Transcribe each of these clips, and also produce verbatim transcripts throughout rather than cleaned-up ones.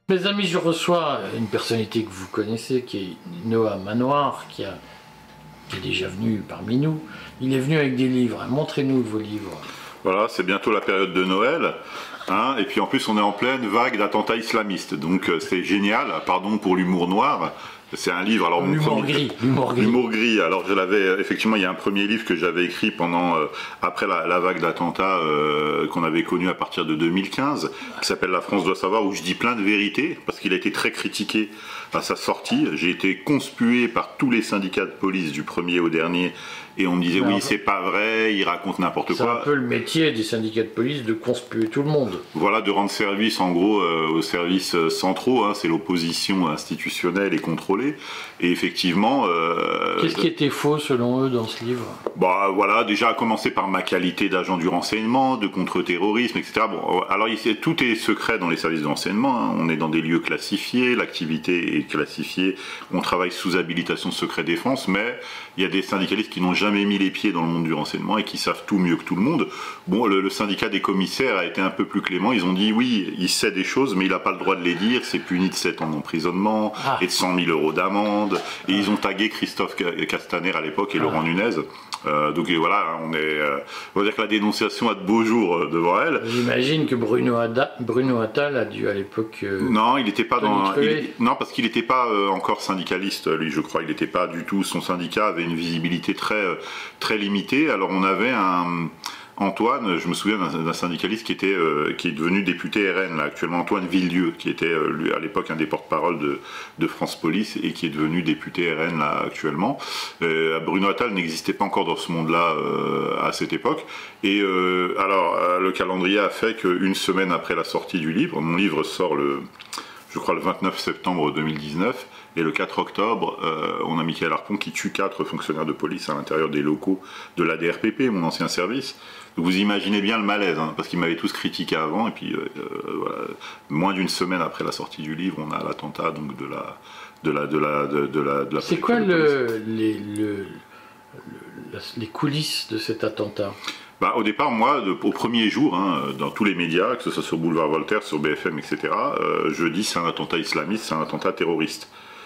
Mes amis, je reçois une personnalité que vous connaissez, qui est Noah Manoir, qui, a, qui est déjà venu parmi nous. Il est venu avec des livres. Montrez-nous vos livres. Voilà, c'est bientôt la période de Noël. Hein, et puis en plus, on est en pleine vague d'attentats islamistes. Donc c'est génial, pardon pour l'humour noir. C'est un livre, alors l'humour gris, l'humour gris. L'humour gris. Alors je l'avais effectivement, il y a un premier livre que j'avais écrit pendant euh, après la, la vague d'attentats euh, qu'on avait connue à partir de deux mille quinze, qui s'appelle La France doit savoir, où je dis plein de vérités parce qu'il a été très critiqué à sa sortie. J'ai été conspué par tous les syndicats de police du premier au dernier. Et on me disait, oui, c'est pas vrai, il raconte n'importe quoi. C'est un peu le métier des syndicats de police de conspuer tout le monde. Voilà, de rendre service, en gros, euh, aux services centraux. Hein, c'est l'opposition institutionnelle et contrôlée. Et effectivement... Euh, Qu'est-ce qui était faux, selon eux, dans ce livre? Bah voilà, déjà à commencer par ma qualité d'agent du renseignement, de contre-terrorisme, et cetera. Bon, alors ici, tout est secret dans les services de renseignement. Hein. On est dans des lieux classifiés, l'activité est classifiée, on travaille sous habilitation secret défense, mais il y a des syndicalistes qui n'ont jamais mis les pieds dans le monde du renseignement et qui savent tout mieux que tout le monde. Bon, le, le syndicat des commissaires a été un peu plus clément. Ils ont dit oui, il sait des choses, mais il n'a pas le droit de les dire. C'est puni de sept ans d'emprisonnement ah. et de cent mille euros d'amende. Et ah. ils ont tagué Christophe Castaner à l'époque et ah. Laurent Nunez. Euh, donc et voilà, on est, euh, on va dire que la dénonciation a de beaux jours euh, devant elle. J'imagine que Bruno, Ada, Bruno Attal a dû à l'époque. Euh, non, il n'était pas dans. Il, non, parce qu'il n'était pas euh, encore syndicaliste, lui, je crois. Il n'était pas du tout. Son syndicat avait une visibilité très, euh, très limitée. Alors on avait un. Antoine, je me souviens d'un syndicaliste qui, était, euh, qui est devenu député R N, là, actuellement, Antoine Villedieu, qui était euh, lui, à l'époque un des porte-parole de, de France Police et qui est devenu député R N là, actuellement. Euh, Bruno Attal n'existait pas encore dans ce monde-là euh, à cette époque. Et euh, alors, euh, le calendrier a fait qu'une semaine après la sortie du livre, mon livre sort le, je crois, le vingt-neuf septembre deux mille dix-neuf, et le quatre octobre, euh, on a Mickaël Harpon qui tue quatre fonctionnaires de police à l'intérieur des locaux de l'A D R P P, mon ancien service. Donc vous imaginez bien le malaise, hein, parce qu'ils m'avaient tous critiqué avant, et puis euh, euh, voilà, moins d'une semaine après la sortie du livre, on a l'attentat donc de la de la de la de, de la. De la C'est quoi le, les, le, le, les coulisses de cet attentat? Bah, au départ, moi, de, au premier jour, hein, dans tous les médias, que ce soit sur Boulevard Voltaire, sur B F M, et cetera, euh, je dis c'est un attentat islamiste, c'est un attentat terroriste.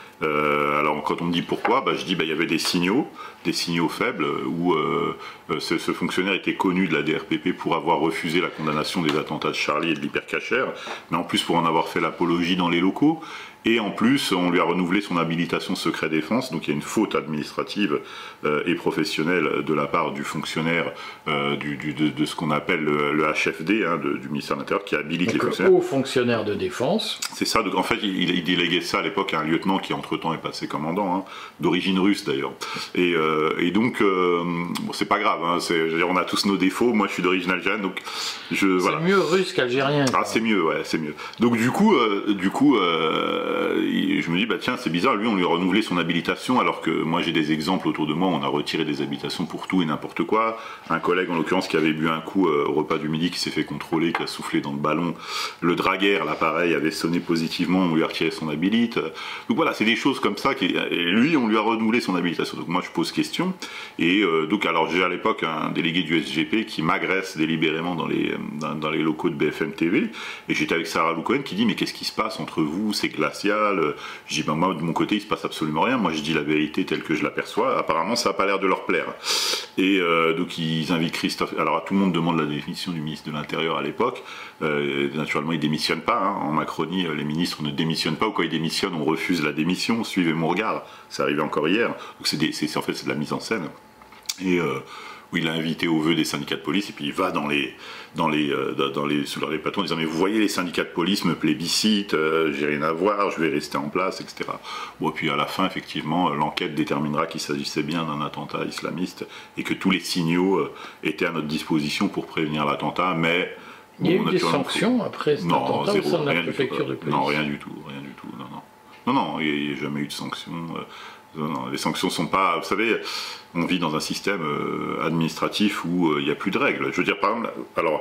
Euh, alors quand on me dit pourquoi, bah, je dis bah, il y avait des signaux, des signaux faibles où euh, ce, ce fonctionnaire était connu de la D R P P pour avoir refusé la condamnation des attentats de Charlie et de l'Hypercacher, mais en plus pour en avoir fait l'apologie dans les locaux. Et en plus, on lui a renouvelé son habilitation secret défense, donc il y a une faute administrative euh, et professionnelle de la part du fonctionnaire euh, du, du, de, de ce qu'on appelle le, le H F D, hein, de, du ministère de l'Intérieur, qui habilite donc les fonctionnaires. Haut fonctionnaire de défense. C'est ça, donc en fait, il, il déléguait ça à l'époque à un lieutenant qui entre-temps est passé commandant, hein, d'origine russe d'ailleurs. Et, euh, et donc, euh, bon, c'est pas grave, hein, c'est, je veux dire, on a tous nos défauts, moi je suis d'origine algérienne, donc je... Voilà. C'est mieux russe qu'algérien. Ah, c'est mieux, ouais, c'est mieux. Donc du coup, euh, du coup... Euh, je me dis bah tiens c'est bizarre, lui on lui a renouvelé son habilitation alors que moi j'ai des exemples autour de moi, on a retiré des habilitations pour tout et n'importe quoi. Un collègue en l'occurrence qui avait bu un coup euh, au repas du midi, qui s'est fait contrôler, qui a soufflé dans le ballon, le dragueur, l'appareil avait sonné positivement, on lui a retiré son habilite. Donc voilà, c'est des choses comme ça qui... et lui on lui a renouvelé son habilitation. Donc moi je pose question et euh, donc alors j'ai à l'époque un délégué du S G P qui m'agresse délibérément dans les, dans, dans les locaux de B F M T V et j'étais avec Sarah Lou Cohen qui dit mais qu'est-ce qui se passe entre vous, c'est glacial. Je dis, ben moi, de mon côté, il se passe absolument rien. Moi, je dis la vérité telle que je l'aperçois. Apparemment, ça n'a pas l'air de leur plaire. Et euh, donc, ils invitent Christophe. Alors, tout le monde demande la définition du ministre de l'Intérieur à l'époque. Euh, naturellement, il ne démissionne pas. Hein. En Macronie, les ministres ne démissionnent pas. Ou quand ils démissionnent, on refuse la démission. Suivez mon regard. C'est arrivé encore hier. Donc, c'est, des, c'est en fait, c'est de la mise en scène. Et... Euh, où il a invité au vœu des syndicats de police, et puis il va dans les, dans les, euh, dans les, sur les plateaux en disant mais vous voyez les syndicats de police me plébiscitent, euh, j'ai rien à voir, je vais rester en place, et cetera. Bon, et puis à la fin, effectivement, l'enquête déterminera qu'il s'agissait bien d'un attentat islamiste et que tous les signaux euh, étaient à notre disposition pour prévenir l'attentat, mais... Il y a bon, eu des sanctions après cet non, attentat zéro, au sein de la tout, préfecture de police? Non, rien du tout, rien du tout, non, non. Non, non, il n'y a jamais eu de sanctions. Euh, Non, non, les sanctions sont pas... Vous savez, on vit dans un système euh, administratif où il euh, n'y a plus de règles. Je veux dire, par exemple, alors,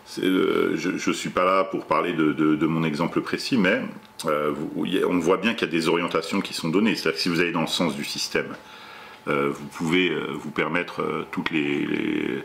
euh, je ne suis pas là pour parler de, de, de mon exemple précis, mais euh, vous, on voit bien qu'il y a des orientations qui sont données. C'est-à-dire que si vous allez dans le sens du système, euh, vous pouvez euh, vous permettre euh, toutes les... les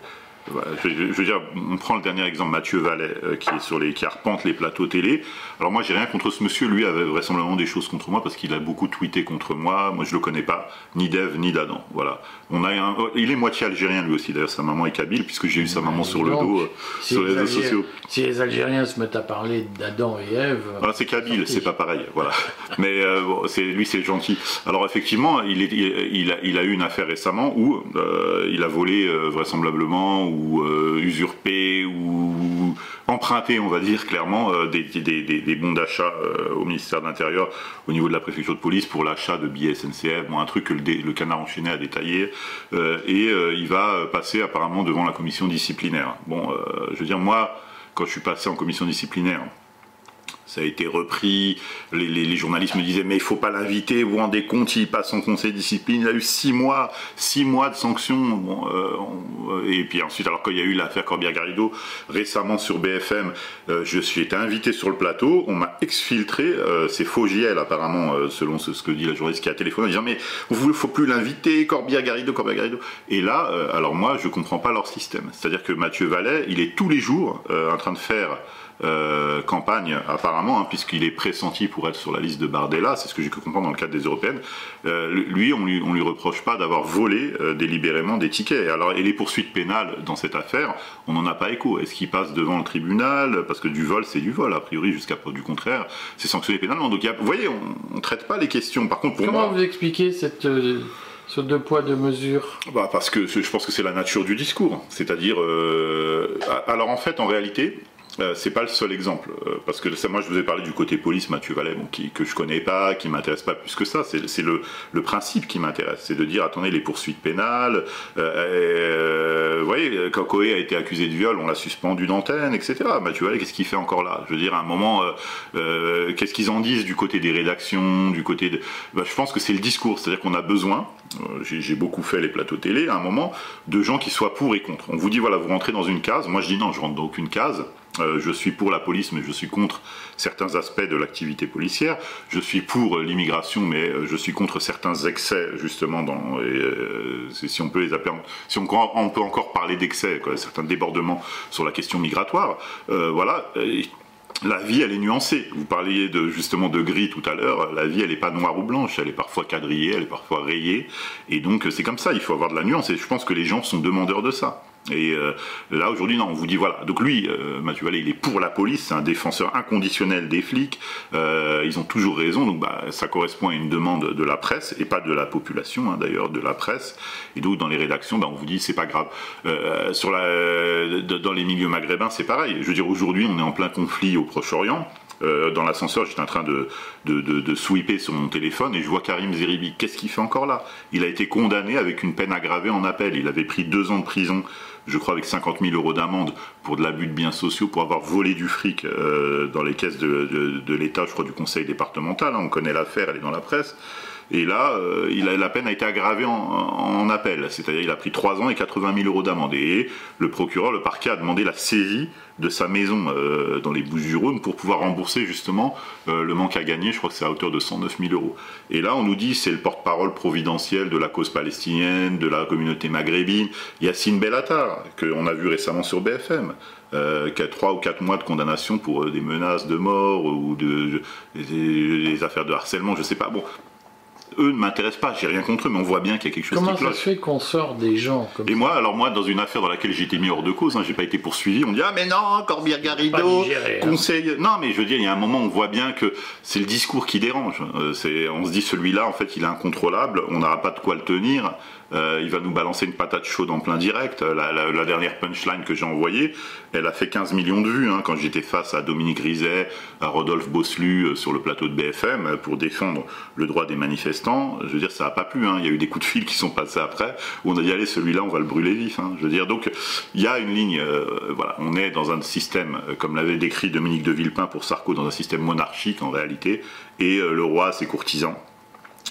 je, je veux dire, on prend le dernier exemple, Mathieu Vallet, euh, qui est sur les, qui arpente les plateaux télé. Alors moi, j'ai rien contre ce monsieur. Lui avait vraisemblablement des choses contre moi parce qu'il a beaucoup tweeté contre moi. Moi, je le connais pas, ni d'Ève ni d'Adam. Voilà. On a un, il est moitié algérien lui aussi. D'ailleurs, sa maman est kabyle puisque j'ai eu sa maman sur le dos euh, si sur les réseaux Algér... sociaux. Si les Algériens se mettent à parler d'Adam et Ève. Voilà, c'est kabyle, c'est pas pareil. Voilà. Mais euh, bon, c'est lui, c'est gentil. Alors effectivement, il, est, il, il, a, il a eu une affaire récemment où euh, il a volé euh, vraisemblablement ou euh, usurpé ou emprunté, on va dire clairement, euh, des, des, des, des bons d'achat euh, au ministère de l'Intérieur, au niveau de la préfecture de police pour l'achat de billets S N C F, bon, un truc que le, le Canard enchaîné a détaillé, euh, et euh, il va passer apparemment devant la commission disciplinaire. Bon, euh, je veux dire, moi, quand je suis passé en commission disciplinaire, ça a été repris, les, les, les journalistes me disaient mais il ne faut pas l'inviter, vous vous rendez compte, il passe en conseil de discipline, il a eu six mois, six mois de sanctions, bon, euh, on, et puis ensuite, alors quand il y a eu l'affaire Corbière-Garrido, récemment sur B F M, euh, je suis été invité sur le plateau, on m'a exfiltré, euh, c'est Fogiel apparemment, euh, selon ce, ce que dit la journaliste qui a téléphoné, en disant mais il ne faut plus l'inviter, Corbière-Garrido, Corbière-Garrido, et là, euh, alors moi je ne comprends pas leur système, c'est-à-dire que Mathieu Vallet, il est tous les jours euh, en train de faire Euh, campagne apparemment, hein, puisqu'il est pressenti pour être sur la liste de Bardella, c'est ce que j'ai pu comprendre dans le cadre des européennes. Euh, lui, on lui, on lui reproche pas d'avoir volé euh, délibérément des tickets. Alors, et les poursuites pénales dans cette affaire, on n'en a pas écho. Est-ce qu'il passe devant le tribunal? Parce que du vol, c'est du vol, a priori, jusqu'à preuve du contraire, c'est sanctionné pénalement. Donc, il y a, vous voyez, on ne traite pas les questions. Par contre, pour Comment moi, vous expliquez cette... Euh... Ce deux poids, deux mesures. Bah parce que je pense que c'est la nature du discours. C'est-à-dire, euh, alors en fait, en réalité, euh, c'est pas le seul exemple. Euh, parce que ça, moi, je vous ai parlé du côté police, Mathieu Vallet, bon, qui, que je connais pas, qui m'intéresse pas plus que ça. C'est, c'est le, le principe qui m'intéresse. C'est de dire, attendez, les poursuites pénales. Euh, euh, vous voyez, quand Coé a été accusé de viol, on l'a suspendu d'antenne, et cetera. Mathieu Vallet, qu'est-ce qu'il fait encore là? Je veux dire, à un moment, euh, euh, qu'est-ce qu'ils en disent du côté des rédactions, du côté de... Bah, je pense que c'est le discours. C'est-à-dire qu'on a besoin. J'ai, j'ai beaucoup fait les plateaux télé à un moment, de gens qui soient pour et contre. On vous dit voilà, vous rentrez dans une case, moi je dis non, je rentre dans aucune case, euh, je suis pour la police mais je suis contre certains aspects de l'activité policière, je suis pour l'immigration mais je suis contre certains excès justement, dans, et, euh, si on peut les appeler, si on, on peut encore parler d'excès, quoi, certains débordements sur la question migratoire, euh, voilà. Et, la vie, elle est nuancée. Vous parliez de, justement de gris tout à l'heure. La vie, elle n'est pas noire ou blanche. Elle est parfois quadrillée, elle est parfois rayée. Et donc, c'est comme ça. Il faut avoir de la nuance. Et je pense que les gens sont demandeurs de ça. Et euh, là, aujourd'hui, non, on vous dit voilà. Donc lui, euh, Mathieu Vallet, il est pour la police. C'est un défenseur inconditionnel des flics. Euh, ils ont toujours raison. Donc, bah, ça correspond à une demande de la presse et pas de la population, hein, d'ailleurs, de la presse. Et donc, dans les rédactions, bah, on vous dit c'est pas grave. Euh, sur la, euh, dans les milieux maghrébins, c'est pareil. Je veux dire, aujourd'hui, on est en plein conflit au Proche-Orient. Euh, dans l'ascenseur, j'étais en train de, de, de, de sweeper sur mon téléphone et je vois Karim Zeribi. Qu'est-ce qu'il fait encore là? Il a été condamné avec une peine aggravée en appel. Il avait pris deux ans de prison, je crois avec cinquante mille euros d'amende pour de l'abus de biens sociaux, pour avoir volé du fric euh, dans les caisses de, de, de l'État, je crois du conseil départemental. Hein. On connaît l'affaire, elle est dans la presse. Et là, euh, il a, la peine a été aggravée en, en appel, c'est-à-dire il a pris trois ans et quatre-vingt mille euros d'amende. Et le procureur, le parquet a demandé la saisie de sa maison euh, dans les Bouches-du-Rhône pour pouvoir rembourser justement euh, le manque à gagner, je crois que c'est à hauteur de cent neuf mille euros. Et là, on nous dit c'est le porte-parole providentiel de la cause palestinienne, de la communauté maghrébine, Yassine Bellatar, qu'on a vu récemment sur B F M. Euh, qui a trois ou quatre mois de condamnation pour euh, des menaces de mort ou de, de, des, des affaires de harcèlement, je sais pas. Bon, eux ne m'intéressent pas, j'ai rien contre eux, mais on voit bien qu'il y a quelque chose Comment qui cloche. Comment ça se fait qu'on sort des gens comme Et ça? moi, alors moi, dans une affaire dans laquelle j'ai été mis hors de cause, hein, j'ai pas été poursuivi, on me dit ah mais non, Corbière-Garrido, conseil. Hein. Non, mais je veux dire, il y a un moment, on voit bien que c'est le discours qui dérange. Euh, c'est, on se dit celui-là, en fait, il est incontrôlable, on n'aura pas de quoi le tenir. Euh, il va nous balancer une patate chaude en plein direct. La, la, la dernière punchline que j'ai envoyée, elle a fait quinze millions de vues hein, quand j'étais face à Dominique Rizet, à Rodolphe Bosselu euh, sur le plateau de B F M pour défendre le droit des manifestants. Je veux dire, ça n'a pas plu. Hein. Il y a eu des coups de fil qui sont passés après où on a dit allez, celui-là, on va le brûler vif. Hein. Je veux dire, donc il y a une ligne. Euh, voilà, on est dans un système, euh, comme l'avait décrit Dominique de Villepin pour Sarko, dans un système monarchique en réalité, et euh, le roi, ses courtisans.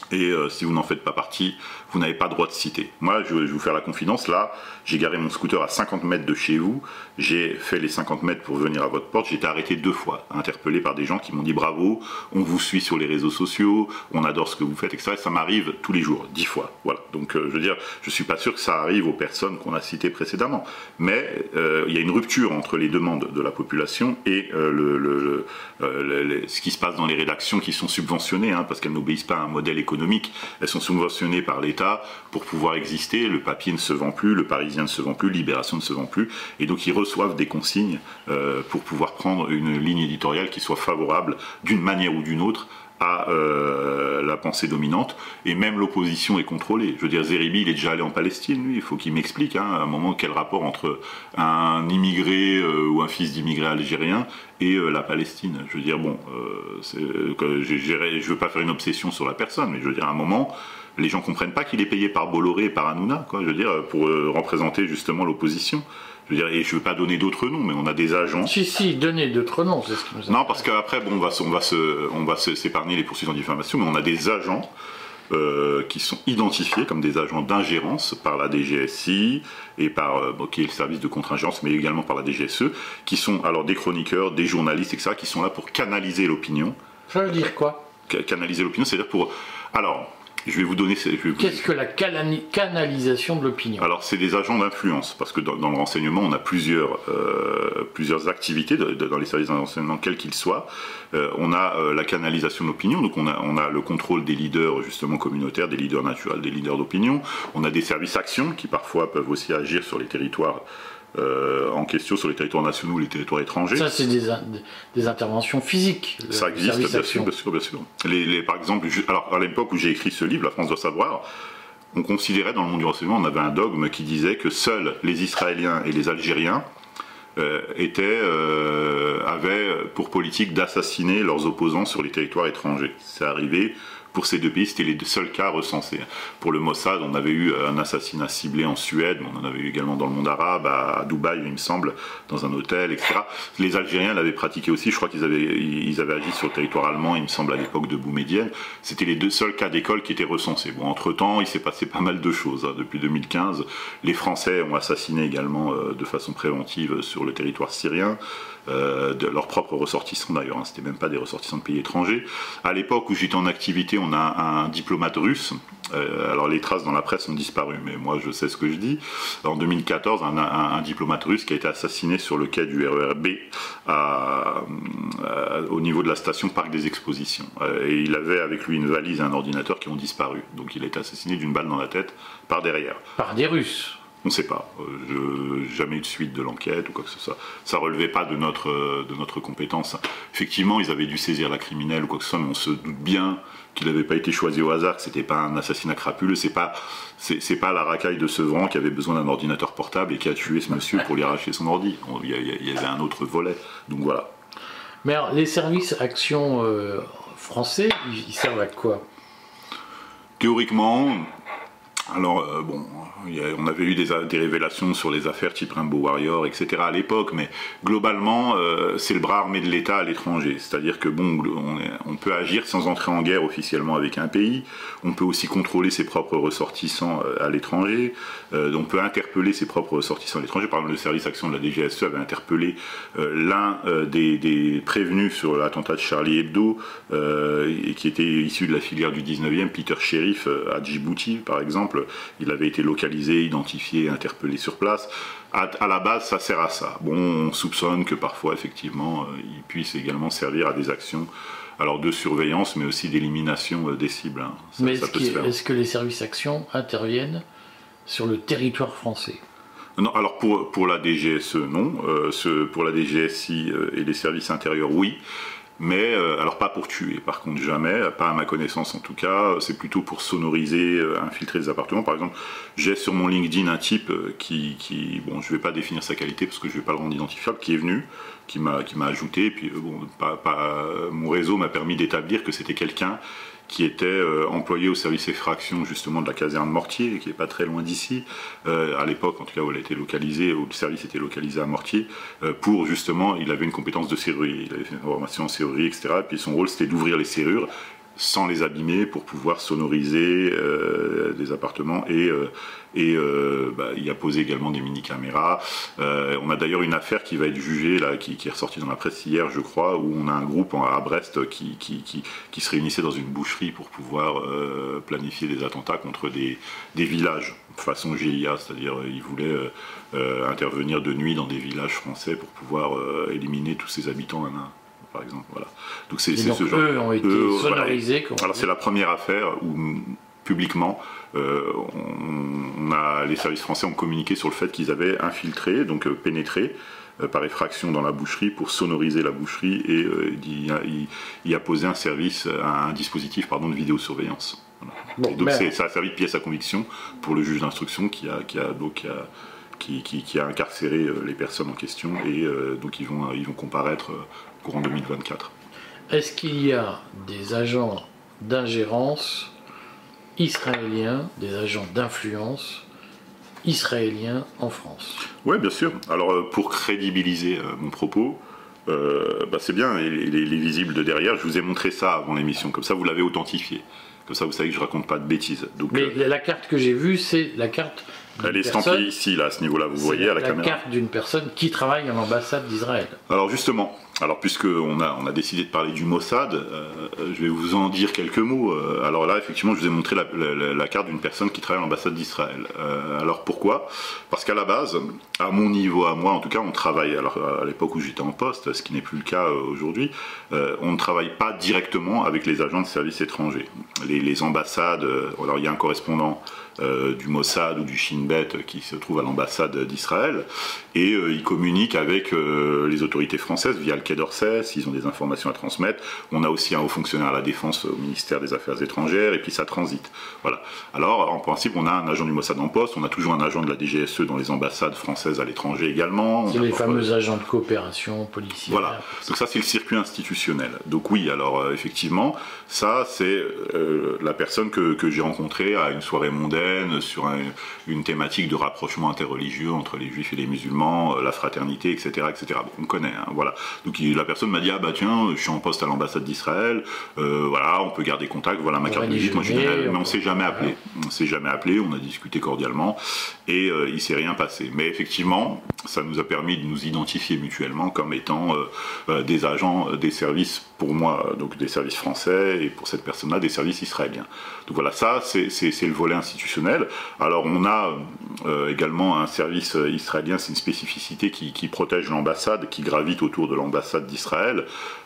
Et euh, si vous n'en faites pas partie, vous n'avez pas droit de citer. Moi, je, je vais vous faire la confidence. Là, j'ai garé mon scooter à cinquante mètres de chez vous. J'ai fait les cinquante mètres pour venir à votre porte. J'ai été arrêté deux fois, interpellé par des gens qui m'ont dit bravo, on vous suit sur les réseaux sociaux, on adore ce que vous faites, et cetera. Et ça m'arrive tous les jours, dix fois. Voilà. Donc, euh, je veux dire, je suis pas sûr que ça arrive aux personnes qu'on a citées précédemment. Mais euh, il y a une rupture entre les demandes de la population et euh, le, le, le, euh, le, le, ce qui se passe dans les rédactions qui sont subventionnées, hein, parce qu'elles n'obéissent pas à un modèle économique. Elles sont subventionnées par l'État pour pouvoir exister. Le papier ne se vend plus, le Parisien ne se vend plus, Libération ne se vend plus. Et donc ils reçoivent des consignes euh, pour pouvoir prendre une ligne éditoriale qui soit favorable d'une manière ou d'une autre à euh, la pensée dominante, et même l'opposition est contrôlée. Je veux dire, Zeribi, il est déjà allé en Palestine, lui, il faut qu'il m'explique, hein, à un moment, quel rapport entre un immigré euh, ou un fils d'immigré algérien et euh, la Palestine. Je veux dire, bon, euh, c'est, que je ne veux pas faire une obsession sur la personne, mais je veux dire, à un moment, les gens ne comprennent pas qu'il est payé par Bolloré et par Hanouna, quoi, je veux dire, pour euh, représenter justement l'opposition. Je veux dire, et je ne veux pas donner d'autres noms, mais on a des agents. Si, si, donner d'autres noms, c'est ce qui nous intéresse. Non, parce qu'après, bon, on va, on va, se, on va se, s'épargner les poursuites en diffamation, mais on a des agents euh, qui sont identifiés comme des agents d'ingérence par la D G S I et par, euh, bon, qui est le service de contre-ingérence, mais également par la D G S E, qui sont alors des chroniqueurs, des journalistes, et cetera, qui sont là pour canaliser l'opinion. Ça veut dire quoi ? Canaliser l'opinion, c'est-à-dire pour... Alors... Je vais vous donner. Je vais vous... Qu'est-ce que la canali- canalisation de l'opinion ? Alors, c'est des agents d'influence, parce que dans, dans le renseignement, on a plusieurs, euh, plusieurs activités de, de, dans les services de renseignement, quels qu'ils soient. Euh, on a euh, la canalisation de l'opinion, donc on a, on a le contrôle des leaders justement communautaires, des leaders naturels, des leaders d'opinion. On a des services actions qui parfois peuvent aussi agir sur les territoires. Euh, en question sur les territoires nationaux ou les territoires étrangers. Ça, c'est des, in- des interventions physiques. Le, Ça existe, bien sûr, bien sûr, bien sûr. Les, les, par exemple, je, alors, à l'époque où j'ai écrit ce livre, La France doit savoir, on considérait dans le monde du renseignement, on avait un dogme qui disait que seuls les Israéliens et les Algériens euh, étaient, euh, avaient pour politique d'assassiner leurs opposants sur les territoires étrangers. C'est arrivé. Pour ces deux pays, c'était les deux seuls cas recensés. Pour le Mossad, on avait eu un assassinat ciblé en Suède, mais on en avait eu également dans le monde arabe, à Dubaï, il me semble, dans un hôtel, et cetera. Les Algériens l'avaient pratiqué aussi, je crois qu'ils avaient, ils avaient agi sur le territoire allemand, il me semble, à l'époque de Boumedienne. C'était les deux seuls cas d'école qui étaient recensés. Bon, entre-temps, il s'est passé pas mal de choses. Hein. Depuis deux mille quinze, les Français ont assassiné également euh, de façon préventive sur le territoire syrien. Euh, de leurs propres ressortissants d'ailleurs, hein, c'était même pas des ressortissants de pays étrangers. À l'époque où j'étais en activité, on a un, un diplomate russe, euh, alors les traces dans la presse ont disparu, mais moi je sais ce que je dis. En deux mille quatorze, un, un, un diplomate russe qui a été assassiné sur le quai du R E R B à, à, au niveau de la station Parc des Expositions. Euh, et il avait avec lui une valise et un ordinateur qui ont disparu. Donc il a été assassiné d'une balle dans la tête par derrière. Par des Russes. On ne sait pas. Euh, je jamais eu de suite de l'enquête ou quoi que ce soit. Ça relevait pas de notre, de notre compétence. Effectivement, ils avaient dû saisir la criminelle ou quoi que ce soit, mais on se doute bien qu'il n'avait pas été choisi au hasard, que c'était pas un assassinat crapuleux. C'est pas, c'est, c'est pas la racaille de Sevran qui avait besoin d'un ordinateur portable et qui a tué ce monsieur pour lui arracher son ordi. Il y, y avait un autre volet. Donc voilà. Mais alors, les services actions euh, français, ils, ils servent à quoi ? Théoriquement. Alors, euh, bon, y a, on avait eu des, des révélations sur les affaires type Rainbow Warrior, et cetera à l'époque, mais globalement, euh, c'est le bras armé de l'État à l'étranger. C'est-à-dire que, bon, on, est, on peut agir sans entrer en guerre officiellement avec un pays, on peut aussi contrôler ses propres ressortissants euh, à l'étranger, euh, on peut interpeller ses propres ressortissants à l'étranger. Par exemple, le service action de la D G S E avait interpellé euh, l'un euh, des, des prévenus sur l'attentat de Charlie Hebdo, euh, et qui était issu de la filière du dix-neuvième, Peter Sheriff, euh, à Djibouti, par exemple. Il avait été localisé, identifié, interpellé sur place. À, à la base, ça sert à ça. Bon, on soupçonne que parfois, effectivement, euh, il puisse également servir à des actions, alors de surveillance, mais aussi d'élimination euh, des cibles. Hein. Ça, mais ça est-ce, peut se faire. est-ce que les services actions interviennent sur le territoire français ? Non, alors pour, pour la D G S E, non. Euh, ce, pour la D G S I euh, et les services intérieurs, oui. Mais, euh, alors pas pour tuer, par contre jamais, pas à ma connaissance en tout cas, c'est plutôt pour sonoriser, euh, infiltrer des appartements. Par exemple, j'ai sur mon LinkedIn un type qui, qui bon, je vais pas définir sa qualité parce que je vais pas le rendre identifiable, qui est venu, qui m'a, qui m'a ajouté, et puis bon, pas, pas, mon réseau m'a permis d'établir que c'était quelqu'un qui était euh, employé au service effraction justement de la caserne Mortier, qui est pas très loin d'ici, euh, à l'époque en tout cas où elle était localisée, où le service était localisé à Mortier, euh, pour justement, il avait une compétence de serrurier, il avait fait une formation en serrurerie, et cetera. Et puis son rôle c'était d'ouvrir les serrures sans les abîmer pour pouvoir sonoriser euh, des appartements et, euh, et euh, bah, y apposer également des mini-caméras. Euh, on a d'ailleurs une affaire qui va être jugée, là, qui, qui est ressortie dans la presse hier, je crois, où on a un groupe à Brest qui, qui, qui, qui se réunissait dans une boucherie pour pouvoir euh, planifier des attentats contre des, des villages, façon G I A, c'est-à-dire ils voulaient euh, euh, intervenir de nuit dans des villages français pour pouvoir euh, éliminer tous ces habitants un à un. Par exemple, voilà. Donc c'est ce genre. Eux ont été eux, sonorisés. Voilà. Alors c'est la première affaire où publiquement, euh, on, on a, les services français ont communiqué sur le fait qu'ils avaient infiltré, donc euh, pénétré euh, par effraction dans la boucherie pour sonoriser la boucherie et euh, y, y, y apposer un service, un, un dispositif pardon de vidéosurveillance. Voilà. Bon, donc c'est, ça a servi de pièce à conviction pour le juge d'instruction qui a, qui a donc qui a, qui, qui, qui a incarcéré euh, les personnes en question et euh, donc ils vont, ils vont comparaître. Euh, courant deux mille vingt-quatre. Est-ce qu'il y a des agents d'ingérence israéliens, des agents d'influence israéliens en France? Oui, bien sûr. Alors, pour crédibiliser euh, mon propos, euh, bah, c'est bien, il est visible de derrière. Je vous ai montré ça avant l'émission, comme ça vous l'avez authentifié. Comme ça vous savez que je raconte pas de bêtises. Donc, Mais euh, la carte que j'ai vue, c'est la carte... Elle est estampillée ici, là, à ce niveau-là, vous voyez à la, la caméra. C'est la carte d'une personne qui travaille à l'ambassade d'Israël. Alors justement, alors puisqu'on a, on a décidé de parler du Mossad, euh, je vais vous en dire quelques mots. Euh, alors là, effectivement, je vous ai montré la, la, la carte d'une personne qui travaille à l'ambassade d'Israël. Euh, alors pourquoi? Parce qu'à la base, à mon niveau, à moi en tout cas, on travaille, alors à l'époque où j'étais en poste, ce qui n'est plus le cas euh, aujourd'hui, euh, on ne travaille pas directement avec les agents de services étrangers. Les, les ambassades, euh, alors il y a un correspondant Euh, du Mossad ou du Shin Bet qui se trouve à l'ambassade d'Israël et euh, ils communiquent avec euh, les autorités françaises via le Quai d'Orsay s'ils ont des informations à transmettre. On a aussi un haut fonctionnaire à la défense au ministère des Affaires étrangères et puis ça transite. Voilà. Alors en principe on a un agent du Mossad en poste, on a toujours un agent de la D G S E dans les ambassades françaises à l'étranger également. C'est les fameux agents de coopération policière. Voilà. Donc ça c'est le circuit institutionnel. Donc oui, alors euh, effectivement, ça c'est euh, la personne que, que j'ai rencontrée à une soirée mondaine sur un, une thématique de rapprochement interreligieux entre les juifs et les musulmans, la fraternité, et cetera, et cetera. Donc, on connaît, hein, voilà. Donc il, la personne m'a dit ah bah tiens, je suis en poste à l'ambassade d'Israël, euh, voilà, on peut garder contact, voilà ma carte de visite. Moi je mais on s'est jamais appelé, on s'est jamais appelé, on a discuté cordialement et euh, il s'est rien passé. Mais effectivement, ça nous a permis de nous identifier mutuellement comme étant euh, euh, des agents des services, pour moi, donc des services français et pour cette personne-là des services israéliens. Donc voilà, ça c'est, c'est, c'est le volet institutionnel. Alors on a euh, également un service israélien, c'est une spécificité qui, qui protège l'ambassade, qui gravite autour de l'ambassade d'Israël,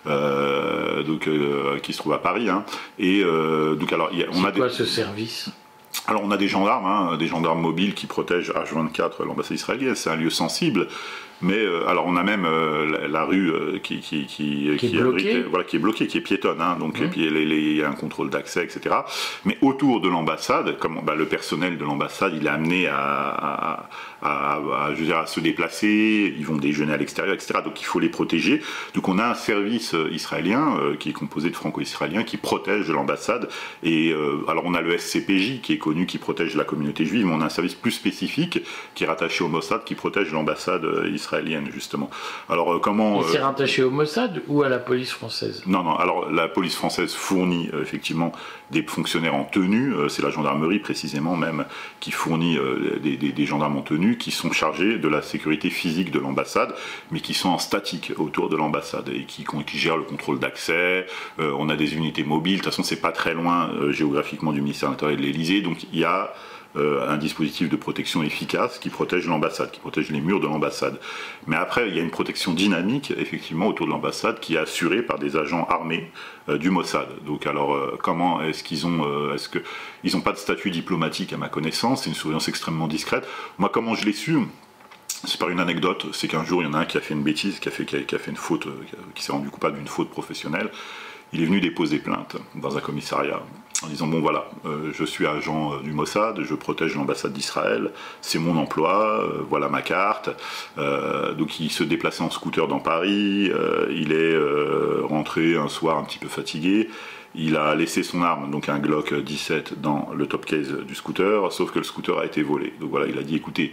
euh, donc euh, qui se trouve à Paris. Hein. Et euh, donc alors y a, on c'est a quoi des... ce service? Alors on a des gendarmes, hein, des gendarmes mobiles qui protègent H vingt-quatre l'ambassade israélienne. C'est un lieu sensible. Mais euh, alors on a même euh, la, la rue euh, qui, qui, qui, qui, qui, est bloquée. Abrite, voilà, qui est bloquée, qui est piétonne, hein, donc mmh. et puis il y a un contrôle d'accès, et cetera. Mais autour de l'ambassade, comme bah, le personnel de l'ambassade, il est amené à, à, à, à, je veux dire, à se déplacer, ils vont déjeuner à l'extérieur, et cetera. Donc il faut les protéger. Donc on a un service israélien euh, qui est composé de franco-israéliens qui protège l'ambassade. Et euh, alors on a le S C P J qui est connu, qui protège la communauté juive, mais on a un service plus spécifique qui est rattaché au Mossad, qui protège l'ambassade israélienne. Justement. Alors euh, comment... Il s'est euh, rattaché au Mossad ou à la police française? Non, non, alors la police française fournit euh, effectivement des fonctionnaires en tenue, euh, c'est la gendarmerie précisément même qui fournit euh, des, des, des gendarmes en tenue qui sont chargés de la sécurité physique de l'ambassade, mais qui sont en statique autour de l'ambassade et qui, qui gèrent le contrôle d'accès. Euh, on a des unités mobiles, de toute façon c'est pas très loin euh, géographiquement du ministère de l'Intérieur et de l'Élysée, donc il y a Euh, un dispositif de protection efficace qui protège l'ambassade, qui protège les murs de l'ambassade. Mais après, il y a une protection dynamique, effectivement, autour de l'ambassade, qui est assurée par des agents armés euh, du Mossad. Donc, alors, euh, comment est-ce qu'ils ont... Euh, est-ce que ils n'ont pas de statut diplomatique, à ma connaissance, c'est une surveillance extrêmement discrète. Moi, comment je l'ai su ? C'est par une anecdote, c'est qu'un jour, il y en a un qui a fait une bêtise, qui a fait, qui a, qui a fait une faute, qui s'est rendu coupable d'une faute professionnelle. Il est venu déposer plainte dans un commissariat en disant bon voilà, euh, je suis agent euh, du Mossad, je protège l'ambassade d'Israël, c'est mon emploi, euh, voilà ma carte. Euh, donc il se déplaçait en scooter dans Paris, euh, il est euh, rentré un soir un petit peu fatigué. Il a laissé son arme, donc un Glock dix-sept, dans le top case du scooter, sauf que le scooter a été volé. Donc voilà, il a dit écoutez,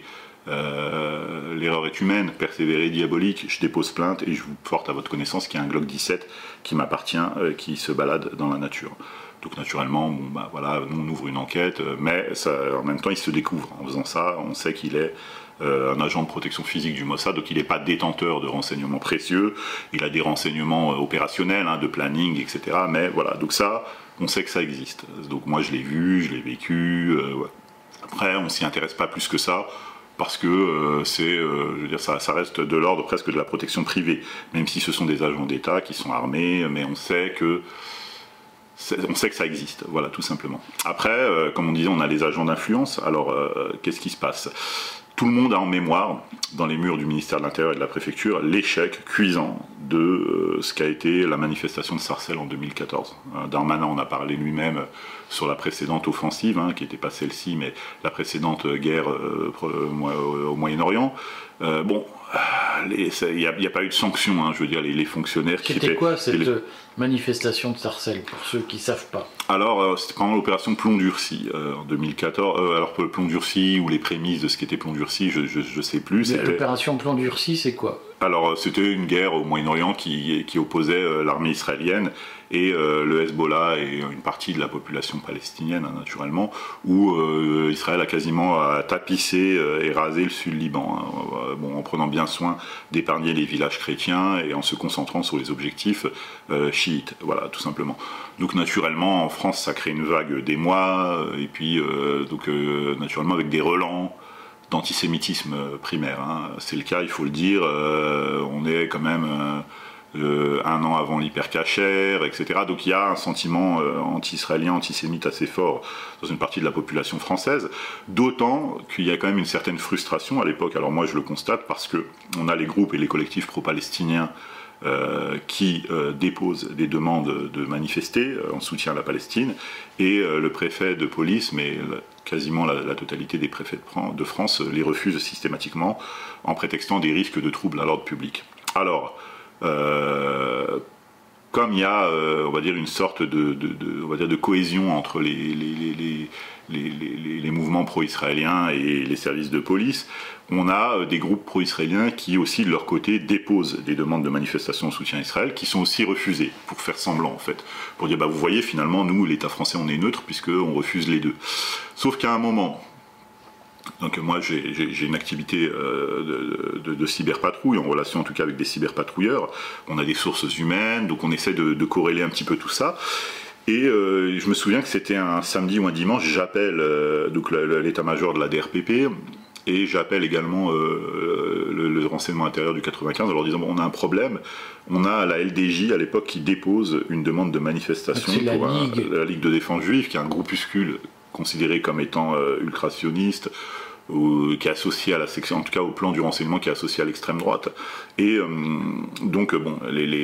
Euh, L'erreur est humaine, persévérer diabolique, je dépose plainte et je vous porte à votre connaissance qu'il y a un Glock dix-sept qui m'appartient, euh, qui se balade dans la nature. Donc naturellement, bon, bah, voilà, nous on ouvre une enquête, mais ça, en même temps il se découvre. En faisant ça, on sait qu'il est euh, un agent de protection physique du Mossad, donc il n'est pas détenteur de renseignements précieux, il a des renseignements euh, opérationnels, hein, de planning, et cetera. Mais voilà, donc ça, on sait que ça existe. Donc moi je l'ai vu, je l'ai vécu. Euh, ouais. Après, on s'y intéresse pas plus que ça. Parce que euh, c'est, euh, je veux dire, ça, ça reste de l'ordre presque de la protection privée, même si ce sont des agents d'État qui sont armés, mais on sait que on sait que ça existe, voilà, tout simplement. Après, euh, comme on disait, on a les agents d'influence. Alors, euh, qu'est-ce qui se passe ? Tout le monde a en mémoire, dans les murs du ministère de l'Intérieur et de la Préfecture, l'échec cuisant de euh, ce qu'a été la manifestation de Sarcelles en deux mille quatorze. Euh, Darmanin en a parlé lui-même sur la précédente offensive, hein, qui n'était pas celle-ci, mais la précédente guerre euh, au Moyen-Orient. Euh, bon, il n'y a, a pas eu de sanctions, hein, je veux dire, les, les fonctionnaires qui étaient... C'était quoi cette les... manifestation de Sarcelles, pour ceux qui ne savent pas? Alors, euh, c'était pendant l'opération Plomb Durci, euh, en deux mille quatorze. Euh, alors, Plomb Durci, ou les prémices de ce qu'était Plomb Durci, je ne sais plus. L'opération Plomb Durci, c'est quoi? Alors, c'était une guerre au Moyen-Orient qui, qui opposait euh, l'armée israélienne et euh, le Hezbollah et une partie de la population palestinienne, hein, naturellement, où euh, Israël a quasiment euh, tapissé euh, et rasé le sud Liban, hein, bon, en prenant bien soin d'épargner les villages chrétiens et en se concentrant sur les objectifs euh, chiites, voilà, tout simplement. Donc naturellement, en France, ça crée une vague d'émoi, et puis euh, donc euh, naturellement avec des relents d'antisémitisme primaire, hein. C'est le cas, il faut le dire, euh, on est quand même... Euh, Euh, un an avant l'hypercachère, et cetera. Donc il y a un sentiment euh, anti-israélien, antisémite assez fort dans une partie de la population française, d'autant qu'il y a quand même une certaine frustration à l'époque. Alors moi je le constate parce que on a les groupes et les collectifs pro-palestiniens euh, qui euh, déposent des demandes de manifester euh, en soutien à la Palestine, et euh, le préfet de police, mais la, quasiment la, la totalité des préfets de, de France les refuse systématiquement en prétextant des risques de troubles à l'ordre public. Alors, Euh, comme il y a, euh, on va dire, une sorte de, de, de, on va dire de cohésion entre les, les, les, les, les, les mouvements pro-israéliens et les services de police, on a des groupes pro-israéliens qui aussi, de leur côté, déposent des demandes de manifestation en soutien à Israël, qui sont aussi refusées, pour faire semblant, en fait. Pour dire, bah, vous voyez, finalement, nous, l'État français, on est neutre, puisqu'on refuse les deux. Sauf qu'à un moment... Donc moi j'ai une activité euh, de, de, de cyberpatrouille, en relation en tout cas avec des cyberpatrouilleurs. On a des sources humaines, donc on essaie de, de corréler un petit peu tout ça. Et euh, je me souviens que c'était un samedi ou un dimanche, j'appelle euh, donc l'état-major de la D R P P et j'appelle également euh, le, le renseignement intérieur du quatre-vingt-quinze en leur disant bon, on a un problème. On a la L D J à l'époque qui dépose une demande de manifestation pour la, un, Ligue. la Ligue de défense juive, qui est un groupuscule considéré comme étant euh, ultra-sioniste, ou qui est associé à la section, en tout cas au plan du renseignement, qui est associé à l'extrême droite, et euh, donc bon, les, les,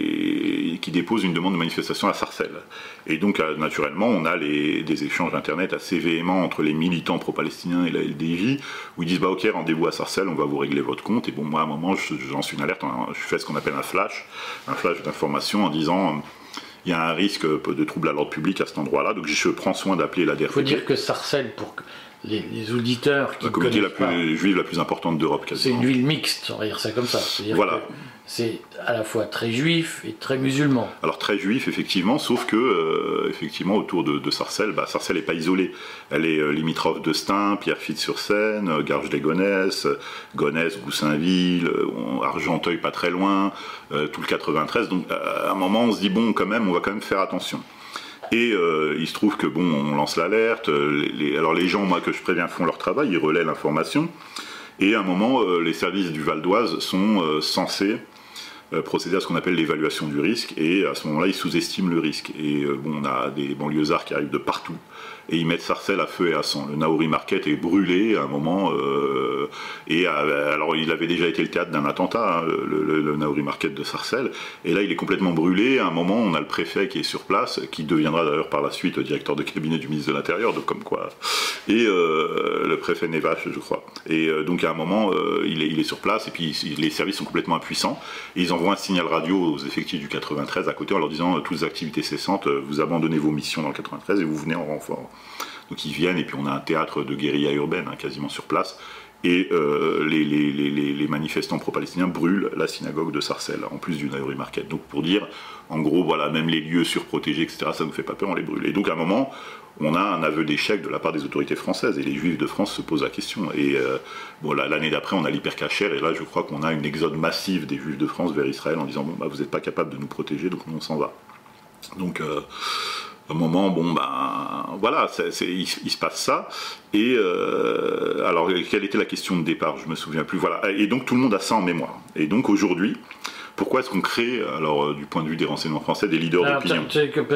les, qui dépose une demande de manifestation à Sarcelles. Et donc euh, naturellement, on a les, des échanges internet assez véhéments entre les militants pro-palestiniens et la L D J, où ils disent bah ok, rendez-vous à Sarcelles, on va vous régler votre compte. Et bon, moi à un moment, je, je lance une alerte, je fais ce qu'on appelle un flash, un flash d'information en disant il y a un risque de trouble à l'ordre public à cet endroit-là, donc je prends soin d'appeler la D R P P. Il faut dire que Sarcelles, pour les, les auditeurs qui la communauté la plus juive la plus importante d'Europe, quasiment. C'est une ville mixte, on va dire ça comme ça. Voilà. C'est à la fois très juif et très musulman. Alors très juif, effectivement, sauf que, euh, effectivement, autour de, de Sarcelles, bah, Sarcelles n'est pas isolée. Elle est euh, limitrophe de Stein, Pierrefitte-sur-Seine, euh, Garges-les-Gonesse, Gonesse, Goussainville, euh, Argenteuil pas très loin, euh, tout le quatre-vingt-treize. Donc à un moment, on se dit, bon, quand même, on va quand même faire attention. Et euh, il se trouve que, bon, on lance l'alerte. Les, les, alors les gens, moi, que je préviens, font leur travail, ils relaient l'information. Et à un moment, euh, les services du Val d'Oise sont euh, censés euh, procéder à ce qu'on appelle l'évaluation du risque, et à ce moment-là, ils sous-estiment le risque. Et euh, bon, on a des banlieusards qui arrivent de partout, et ils mettent Sarcelles à feu et à sang. Le Naouri Market est brûlé à un moment, euh, et euh, alors il avait déjà été le théâtre d'un attentat, hein, le, le, le Naouri Market de Sarcelles, et là il est complètement brûlé. À un moment, on a le préfet qui est sur place, qui deviendra d'ailleurs par la suite directeur de cabinet du ministre de l'Intérieur, donc comme quoi, et euh, le préfet Nevache, je crois. Et euh, donc à un moment, euh, il, est, il est sur place, et puis il, les services sont complètement impuissants, et ils envoient un signal radio aux effectifs du quatre-vingt-treize à côté en leur disant toutes les activités cessantes, vous abandonnez vos missions dans le quatre-vingt-treize et vous venez en renfort. Donc ils viennent, et puis on a un théâtre de guérilla urbaine, hein, quasiment sur place, et euh, les, les, les, les manifestants pro-palestiniens brûlent la synagogue de Sarcelles, en plus du Nairobi Market. Donc pour dire, en gros, voilà, même les lieux surprotégés, et cetera, ça ne nous fait pas peur, on les brûle. Et donc à un moment, on a un aveu d'échec de la part des autorités françaises, et les Juifs de France se posent la question. Et euh, bon, l'année d'après, on a l'hypercacher, et là, je crois qu'on a une exode massive des Juifs de France vers Israël en disant, bon, bah, vous n'êtes pas capable de nous protéger, donc nous, on s'en va. Donc... Euh, À un moment, bon, ben, voilà, c'est, c'est, il, il se passe ça. Et euh, alors, quelle était la question de départ? Je me souviens plus. Voilà. Et donc, tout le monde a ça en mémoire. Et donc, aujourd'hui, pourquoi est-ce qu'on crée, alors, euh, du point de vue des renseignements français, des leaders alors, d'opinion?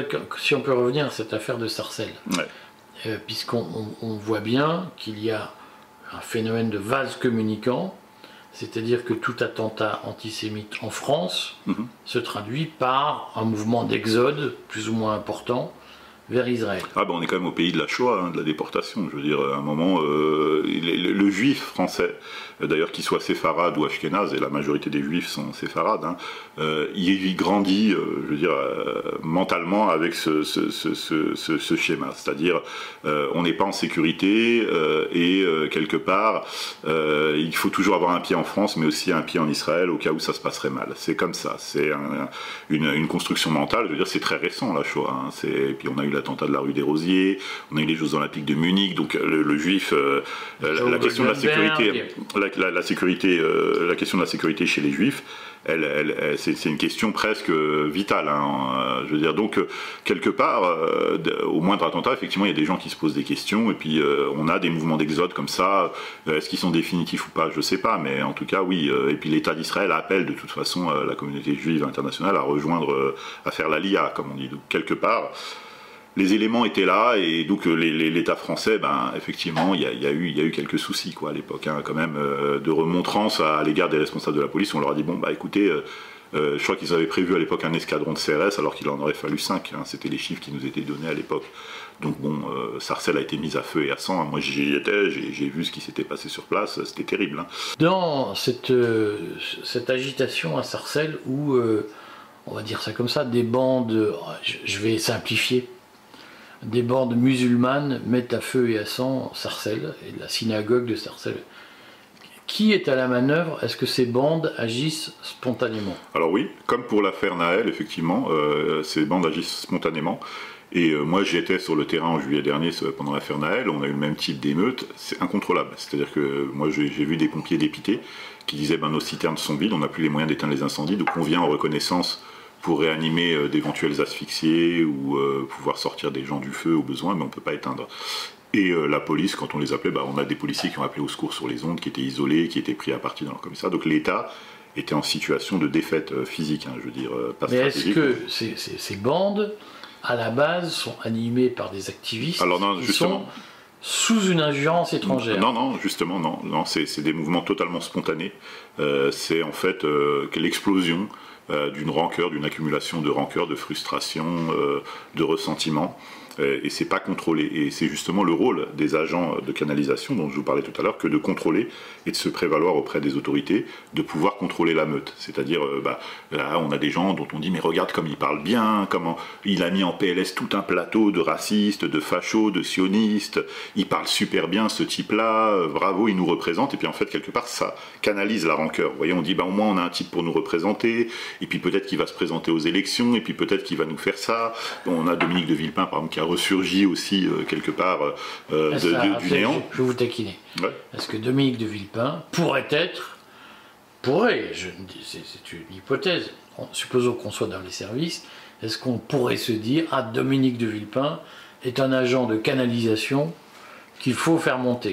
Si on peut revenir à cette affaire de Sarcelles, ouais. euh, puisqu'on on, on voit bien qu'il y a un phénomène de vase communicant, c'est-à-dire que tout attentat antisémite en France mm-hmm. se traduit par un mouvement d'exode plus ou moins important vers Israël. Ah ben on est quand même au pays de la Shoah, hein, de la déportation. Je veux dire, à un moment, euh, le, le juif français, d'ailleurs qu'il soit séfarade ou ashkénaze, et la majorité des juifs sont séfarades, hein, euh, il, il grandit, euh, je veux dire, euh, mentalement avec ce, ce, ce, ce, ce, ce schéma. C'est-à-dire, euh, on n'est pas en sécurité euh, et euh, quelque part, euh, il faut toujours avoir un pied en France, mais aussi un pied en Israël au cas où ça se passerait mal. C'est comme ça. C'est un, une, une construction mentale. Je veux dire, c'est très récent la Shoah. Hein, c'est, et puis on a eu l'attentat de la rue des Rosiers, on a eu les Jeux Olympiques de Munich, donc le, le juif, euh, la, la question de la sécurité, la, la, la sécurité, euh, la question de la sécurité chez les juifs, elle, elle, elle, c'est, c'est une question presque vitale. Hein, je veux dire, donc quelque part, euh, au moindre attentat, effectivement, il y a des gens qui se posent des questions, et puis euh, on a des mouvements d'exode comme ça. Est-ce qu'ils sont définitifs ou pas? Je sais pas, mais en tout cas, oui. Et puis l'État d'Israël appelle de toute façon la communauté juive internationale à rejoindre, à faire l'Aliyah, comme on dit. Donc quelque part, les éléments étaient là, et donc les, les, l'État français, ben, effectivement, il y a, y, a eu, y a eu quelques soucis quoi, à l'époque, hein, quand même, euh, de remontrance à, à l'égard des responsables de la police. On leur a dit, bon, bah écoutez, euh, euh, je crois qu'ils avaient prévu à l'époque un escadron de C R S, alors qu'il en aurait fallu cinq. Hein, c'était les chiffres qui nous étaient donnés à l'époque. Donc bon, euh, Sarcelles a été mise à feu et à sang. Moi j'y étais, j'ai, j'ai vu ce qui s'était passé sur place, c'était terrible. Hein. Dans cette, euh, cette agitation à Sarcelles, où, euh, on va dire ça comme ça, des bandes, je, je vais simplifier, des bandes musulmanes mettent à feu et à sang Sarcelles et la synagogue de Sarcelles. Qui est à la manœuvre? Est-ce que ces bandes agissent spontanément? Alors oui, comme pour l'affaire Naël, effectivement, euh, ces bandes agissent spontanément. Et euh, moi j'étais sur le terrain en juillet dernier pendant l'affaire Naël, on a eu le même type d'émeute, c'est incontrôlable. C'est-à-dire que moi j'ai, j'ai vu des pompiers dépités qui disaient ben, nos citernes sont vides, on n'a plus les moyens d'éteindre les incendies, donc on vient en reconnaissance pour réanimer euh, d'éventuels asphyxiés ou euh, pouvoir sortir des gens du feu au besoin, mais on ne peut pas éteindre. Et euh, la police, quand on les appelait, bah, on a des policiers qui ont appelé au secours sur les ondes, qui étaient isolés, qui étaient pris à partie dans leur commissariat. Donc l'État était en situation de défaite euh, physique, hein, je veux dire, euh, pas mais stratégique. Mais est-ce que ces, ces, ces bandes, à la base, sont animées par des activistes Alors non, qui justement, sont sous une ingérence étrangère? Non, non, justement, non. non c'est, c'est des mouvements totalement spontanés. Euh, c'est en fait euh, l'explosion Euh, d'une rancœur, d'une accumulation de rancœur, de frustration, euh, de ressentiment, euh, et c'est pas contrôlé. Et c'est justement le rôle des agents de canalisation dont je vous parlais tout à l'heure, que de contrôler et de se prévaloir auprès des autorités, de pouvoir contrôler la meute. C'est-à-dire, euh, bah, là, on a des gens dont on dit, mais regarde comme il parle bien, comment il a mis en P L S tout un plateau de racistes, de fachos, de sionistes, il parle super bien ce type-là, euh, bravo, il nous représente, et puis en fait, quelque part, ça canalise la rancœur. Vous voyez, on dit, bah, au moins on a un type pour nous représenter, et puis peut-être qu'il va se présenter aux élections, et puis peut-être qu'il va nous faire ça. On a Dominique de Villepin, par exemple, qui a ressurgi aussi, euh, quelque part, euh, de, ça, de, du néant. Je, je vais vous taquiner. Ouais. Est-ce que Dominique de Villepin pourrait être, pourrait, je, c'est, c'est une hypothèse, supposons qu'on soit dans les services, est-ce qu'on pourrait se dire, ah, Dominique de Villepin est un agent de canalisation qu'il faut faire monter?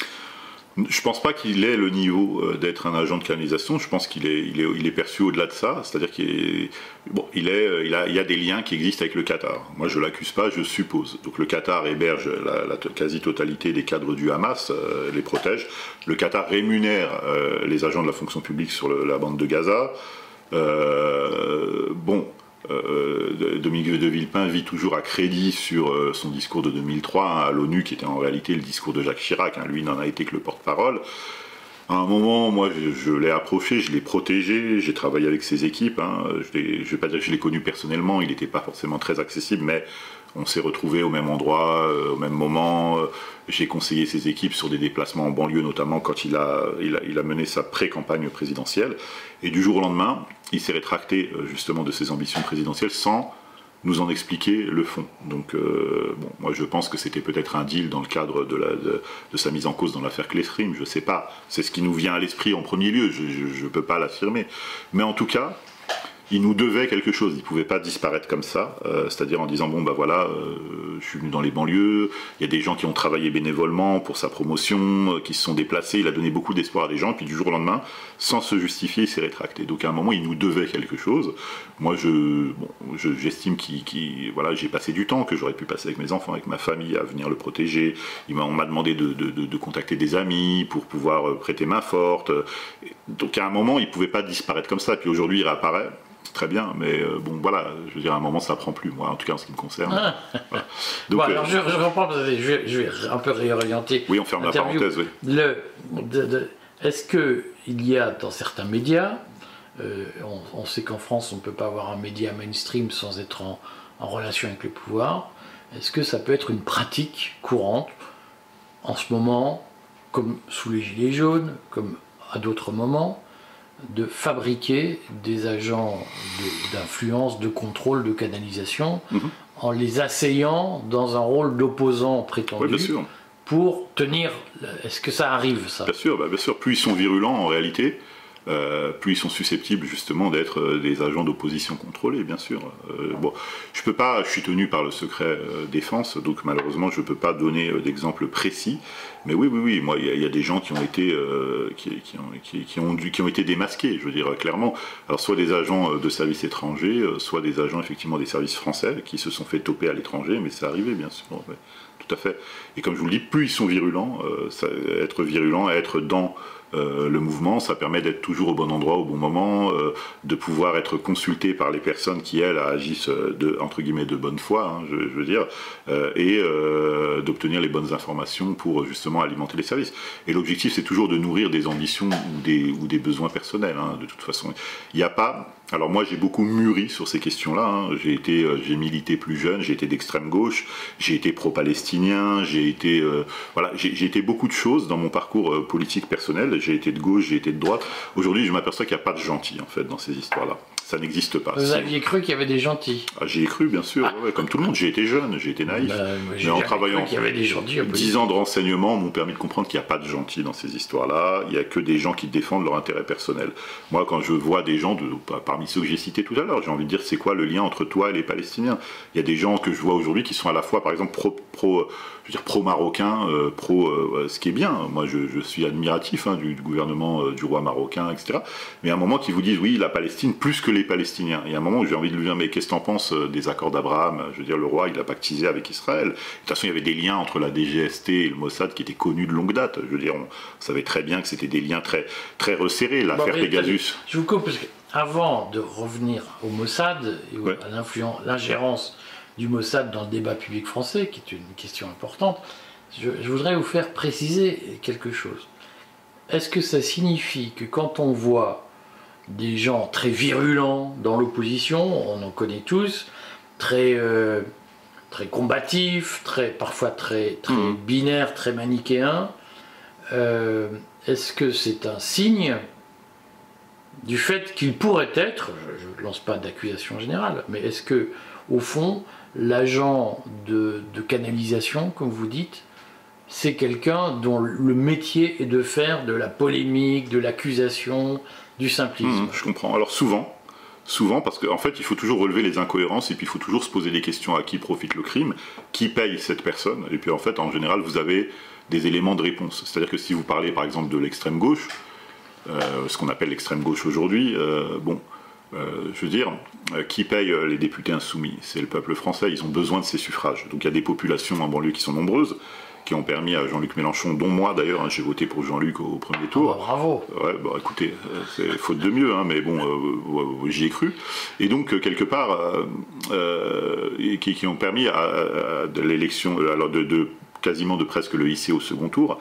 Je pense pas qu'il ait le niveau d'être un agent de canalisation. Je pense qu'il est, il est, il est perçu au-delà de ça. C'est-à-dire qu'il est, bon, il est, il a, il y a des liens qui existent avec le Qatar. Moi, je l'accuse pas, je suppose. Donc, le Qatar héberge la, la quasi-totalité des cadres du Hamas, euh, les protège. Le Qatar rémunère euh, les agents de la fonction publique sur le, la bande de Gaza. Euh, bon. Euh, Dominique de Villepin vit toujours à crédit sur euh, son discours de deux mille trois hein, à l'ONU, qui était en réalité le discours de Jacques Chirac. Hein, lui n'en a été que le porte-parole. À un moment, moi, je, je l'ai approché, je l'ai protégé, j'ai travaillé avec ses équipes. Hein, je ne vais pas dire que je l'ai connu personnellement, il n'était pas forcément très accessible, mais on s'est retrouvés au même endroit, euh, au même moment. J'ai conseillé ses équipes sur des déplacements en banlieue, notamment quand il a, il a, il a mené sa pré-campagne présidentielle. Et du jour au lendemain, il s'est rétracté justement de ses ambitions présidentielles sans nous en expliquer le fond. Donc, euh, bon, moi je pense que c'était peut-être un deal dans le cadre de, la, de, de sa mise en cause dans l'affaire Clestrim, je ne sais pas. C'est ce qui nous vient à l'esprit en premier lieu, je ne peux pas l'affirmer. Mais en tout cas, il nous devait quelque chose, il ne pouvait pas disparaître comme ça, euh, c'est-à-dire en disant, bon ben voilà, euh, je suis venu dans les banlieues, il y a des gens qui ont travaillé bénévolement pour sa promotion, euh, qui se sont déplacés, il a donné beaucoup d'espoir à des gens, et puis du jour au lendemain, sans se justifier, il s'est rétracté. Donc à un moment, il nous devait quelque chose. Moi, je, bon, je, j'estime qu'il, qu'il, voilà, j'ai passé du temps que j'aurais pu passer avec mes enfants, avec ma famille, à venir le protéger. Il m'a, on m'a demandé de, de, de, de contacter des amis pour pouvoir prêter main forte. Donc à un moment, il ne pouvait pas disparaître comme ça, puis aujourd'hui, il réapparaît. Très bien, mais euh, bon, voilà, je veux dire, à un moment, ça prend plus, moi, en tout cas en ce qui me concerne. Ah. Voilà. Donc, bon, euh, alors, je, je reprends, je vais, je vais un peu réorienter. Oui, on ferme la parenthèse, oui. Le, de, de, est-ce qu'il y a dans certains médias, euh, on, on sait qu'en France, on ne peut pas avoir un média mainstream sans être en, en relation avec le pouvoir, est-ce que ça peut être une pratique courante, en ce moment, comme sous les Gilets jaunes, comme à d'autres moments, de fabriquer des agents de, d'influence, de contrôle, de canalisation, mmh. en les asseyant dans un rôle d'opposant prétendu, oui, bien sûr. Pour tenir... Est-ce que ça arrive, ça ? Bien sûr, bah, bien sûr. Plus ils sont virulents, en réalité, euh, plus ils sont susceptibles, justement, d'être euh, des agents d'opposition contrôlés, bien sûr. Euh, bon, je peux pas... Je suis tenu par le secret euh, défense, donc malheureusement, je ne peux pas donner euh, d'exemple précis. Mais oui, oui, oui, moi, il y, y a des gens qui ont été, euh, qui, qui, ont, qui, qui, ont dû, qui ont été démasqués, je veux dire, clairement. Alors, soit des agents de services étrangers, euh, soit des agents, effectivement, des services français, qui se sont fait toper à l'étranger, mais c'est arrivé, bien sûr, ouais, tout à fait. Et comme je vous le dis, plus ils sont virulents, euh, ça, être virulent, être dans euh, le mouvement, ça permet d'être toujours au bon endroit, au bon moment, euh, de pouvoir être consulté par les personnes qui, elles, agissent de, entre guillemets, de bonne foi, hein, je, je veux dire, euh, et euh, d'obtenir les bonnes informations pour, justement, alimenter les services. Et l'objectif, c'est toujours de nourrir des ambitions ou des, ou des besoins personnels, hein, de toute façon. Il n'y a pas... Alors moi, j'ai beaucoup mûri sur ces questions-là, hein. J'ai été, euh, j'ai milité plus jeune, j'ai été d'extrême gauche, j'ai été pro-palestinien, j'ai été... Euh, voilà, j'ai, j'ai été beaucoup de choses dans mon parcours euh, politique personnel, j'ai été de gauche, j'ai été de droite. Aujourd'hui, je m'aperçois qu'il n'y a pas de gentils, en fait, dans ces histoires-là. Ça n'existe pas. Vous aviez cru qu'il y avait des gentils ? Ah, j'y ai cru, bien sûr, ah. ouais, comme tout le monde. J'ai été jeune, j'ai été naïf. Bah, moi, j'ai mais en travaillant, qu'il y avait des gentils. dix ans de renseignement m'ont permis de comprendre qu'il n'y a pas de gentils dans ces histoires-là. Il n'y a que des gens qui défendent leur intérêt personnel. Moi, quand je vois des gens, de, parmi ceux que j'ai cités tout à l'heure, j'ai envie de dire, c'est quoi le lien entre toi et les Palestiniens ? Il y a des gens que je vois aujourd'hui qui sont à la fois, par exemple, pro... pro je veux dire pro-marocain, euh, pro, euh, ce qui est bien. Moi, je, je suis admiratif hein, du, du gouvernement euh, du roi marocain, et cetera. Mais à un moment, qui vous disent, oui, la Palestine plus que les Palestiniens. Il y a un moment où j'ai envie de lui dire, mais qu'est-ce que t'en penses des accords d'Abraham ? Je veux dire, le roi, il a pactisé avec Israël. De toute façon, il y avait des liens entre la D G S T et le Mossad qui étaient connus de longue date. Je veux dire, on savait très bien que c'était des liens très, très resserrés. L'affaire bon, Pegasus. Je vous coupe, parce qu'avant de revenir au Mossad et ouais. à l'influence, l'ingérence du Mossad dans le débat public français, qui est une question importante, je, je voudrais vous faire préciser quelque chose. Est-ce que ça signifie que quand on voit des gens très virulents dans l'opposition, on en connaît tous, très, euh, très combatifs, très, parfois très, très mmh. binaires, très manichéens, euh, est-ce que c'est un signe du fait qu'il pourrait être, je ne lance pas d'accusation générale, mais est-ce que, au fond, l'agent de, de canalisation, comme vous dites, c'est quelqu'un dont le métier est de faire de la polémique, de l'accusation, du simplisme. Mmh, je comprends. Alors souvent, souvent parce qu'en en fait, il faut toujours relever les incohérences et puis il faut toujours se poser des questions à qui profite le crime, qui paye cette personne. Et puis en fait, en général, vous avez des éléments de réponse. C'est-à-dire que si vous parlez par exemple de l'extrême gauche, euh, ce qu'on appelle l'extrême gauche aujourd'hui, euh, bon... Euh, je veux dire, euh, qui paye euh, les députés insoumis ? C'est le peuple français, ils ont besoin de ces suffrages. Donc il y a des populations en banlieue qui sont nombreuses, qui ont permis à Jean-Luc Mélenchon, dont moi d'ailleurs, hein, j'ai voté pour Jean-Luc au, au premier tour. Oh, bravo. Ouais, bah écoutez, euh, c'est faute de mieux, hein, mais bon, euh, j'y ai cru. Et donc, euh, quelque part, euh, euh, et qui, qui ont permis à, à, de l'élection, alors de, de quasiment de presque le hisser au second tour.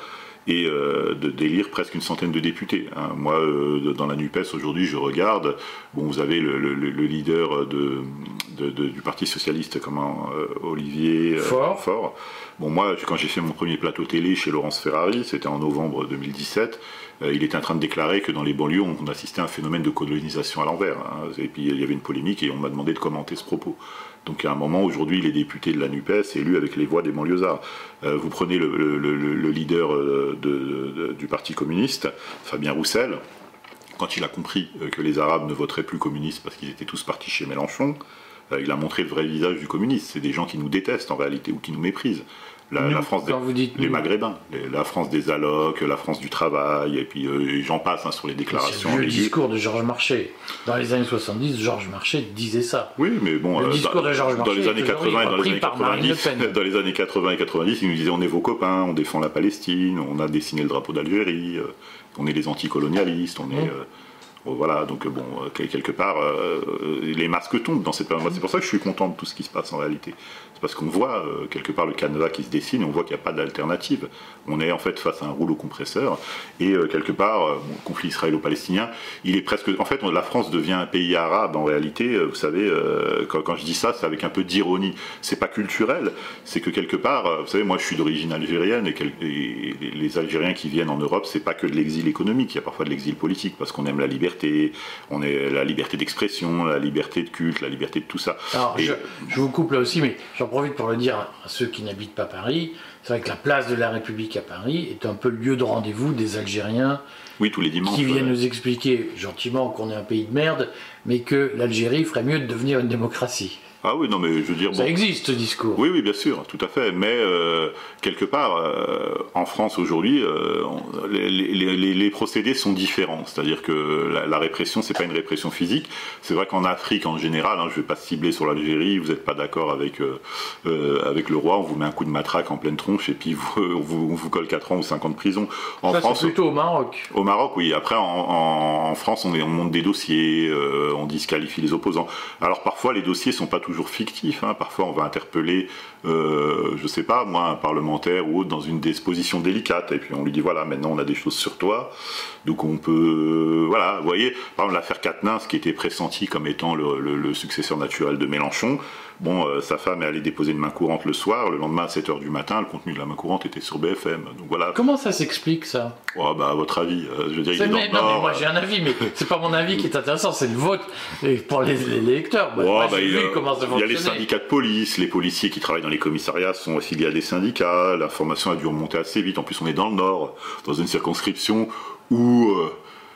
et euh, de d'élire presque une centaine de députés. Hein. Moi, euh, dans la NUPES aujourd'hui, je regarde, bon, vous avez le, le, le leader de, de, de, du Parti Socialiste, comment, euh, Olivier euh, Faure. Faure. Bon, moi, quand j'ai fait mon premier plateau télé chez Laurence Ferrari, c'était en novembre deux mille dix-sept, euh, il était en train de déclarer que dans les banlieues, on, on assistait à un phénomène de colonisation à l'envers. Hein. Et puis, il y avait une polémique et on m'a demandé de commenter ce propos. Donc, à un moment, aujourd'hui, il est député de la NUPES, élu avec les voix des banlieusards. Euh, vous prenez le, le, le, le leader de, de, de, du Parti communiste, Fabien Roussel, quand il a compris que les Arabes ne voteraient plus communistes parce qu'ils étaient tous partis chez Mélenchon, euh, il a montré le vrai visage du communisme. C'est des gens qui nous détestent en réalité ou qui nous méprisent. La, la France des, vous dites les nous. Maghrébins, les, la France des allocs, la France du travail, et puis euh, j'en passe hein, sur les déclarations. C'est le discours de Georges Marchais. Dans les années soixante-dix, Georges Marchais disait ça. Oui, mais bon, le euh, discours dans, de Georges Marchais dans les années quatre-vingts et dans les années quatre-vingt-dix, dans les années quatre-vingts et quatre-vingt-dix, il nous disait on est vos copains, on défend la Palestine, on a dessiné le drapeau d'Algérie, euh, on est les anticolonialistes, on est. Mmh. Euh, Voilà, donc bon, quelque part, euh, les masques tombent dans cette période. C'est pour ça que je suis content de tout ce qui se passe en réalité. C'est parce qu'on voit euh, quelque part le canevas qui se dessine et on voit qu'il n'y a pas d'alternative. On est en fait face à un rouleau compresseur et euh, quelque part, euh, bon, le conflit israélo-palestinien, il est presque. En fait, la France devient un pays arabe en réalité. Euh, vous savez, euh, quand, quand je dis ça, c'est avec un peu d'ironie. C'est pas culturel, c'est que quelque part, euh, vous savez, moi je suis d'origine algérienne et, quel... et les Algériens qui viennent en Europe, c'est pas que de l'exil économique, il y a parfois de l'exil politique parce qu'on aime la liberté. On est la liberté d'expression, la liberté de culte, la liberté de tout ça. Alors, et... je, je vous coupe là aussi, mais j'en profite pour le dire à ceux qui n'habitent pas Paris. C'est vrai que la place de la République à Paris est un peu le lieu de rendez-vous des Algériens. Oui, tous les dimanches. Qui viennent ouais. nous expliquer gentiment qu'on est un pays de merde, mais que l'Algérie ferait mieux de devenir une démocratie. Ah oui, non, mais je veux dire... Ça bon, existe, ce discours. Oui, oui, bien sûr, tout à fait. Mais euh, quelque part, euh, en France aujourd'hui, euh, les, les, les, les procédés sont différents. C'est-à-dire que la, la répression, c'est pas une répression physique. C'est vrai qu'en Afrique, en général, hein, je vais pas cibler sur l'Algérie, vous n'êtes pas d'accord avec, euh, euh, avec le roi, on vous met un coup de matraque en pleine tronche et puis vous, on, vous, on vous colle quatre ans ou cinq ans de prison. En Ça, France, c'est plutôt au Maroc. Au Maroc, oui. Après, en, en, en France, on, est, on monte des dossiers, euh, on disqualifie les opposants. Alors parfois, les dossiers sont pas toujours fictifs. Hein. Parfois, on va interpeller, euh, je sais pas, moi, un parlementaire ou autre dans une disposition délicate, et puis on lui dit voilà, maintenant on a des choses sur toi, donc on peut, euh, voilà, vous voyez, par exemple l'affaire Quatennens, qui était pressenti comme étant le, le, le successeur naturel de Mélenchon. Bon, euh, sa femme est allée déposer une main courante le soir, le lendemain à sept heures du matin, le contenu de la main courante était sur B F M. Donc voilà. Comment ça s'explique ça? Oh, bah, à votre avis, euh, je veux dire, il est dans mais, le non, Nord, mais moi j'ai un avis, mais c'est pas mon avis qui est intéressant, c'est le vôtre et pour les, les lecteurs. Bah, oh, moi, bah, j'ai il, vu comment ça il y a les fonctionnait. syndicats de police, les policiers qui travaillent dans les commissariats sont affiliés à des syndicats, l'information a dû remonter assez vite, en plus on est dans le Nord, dans une circonscription où... Euh,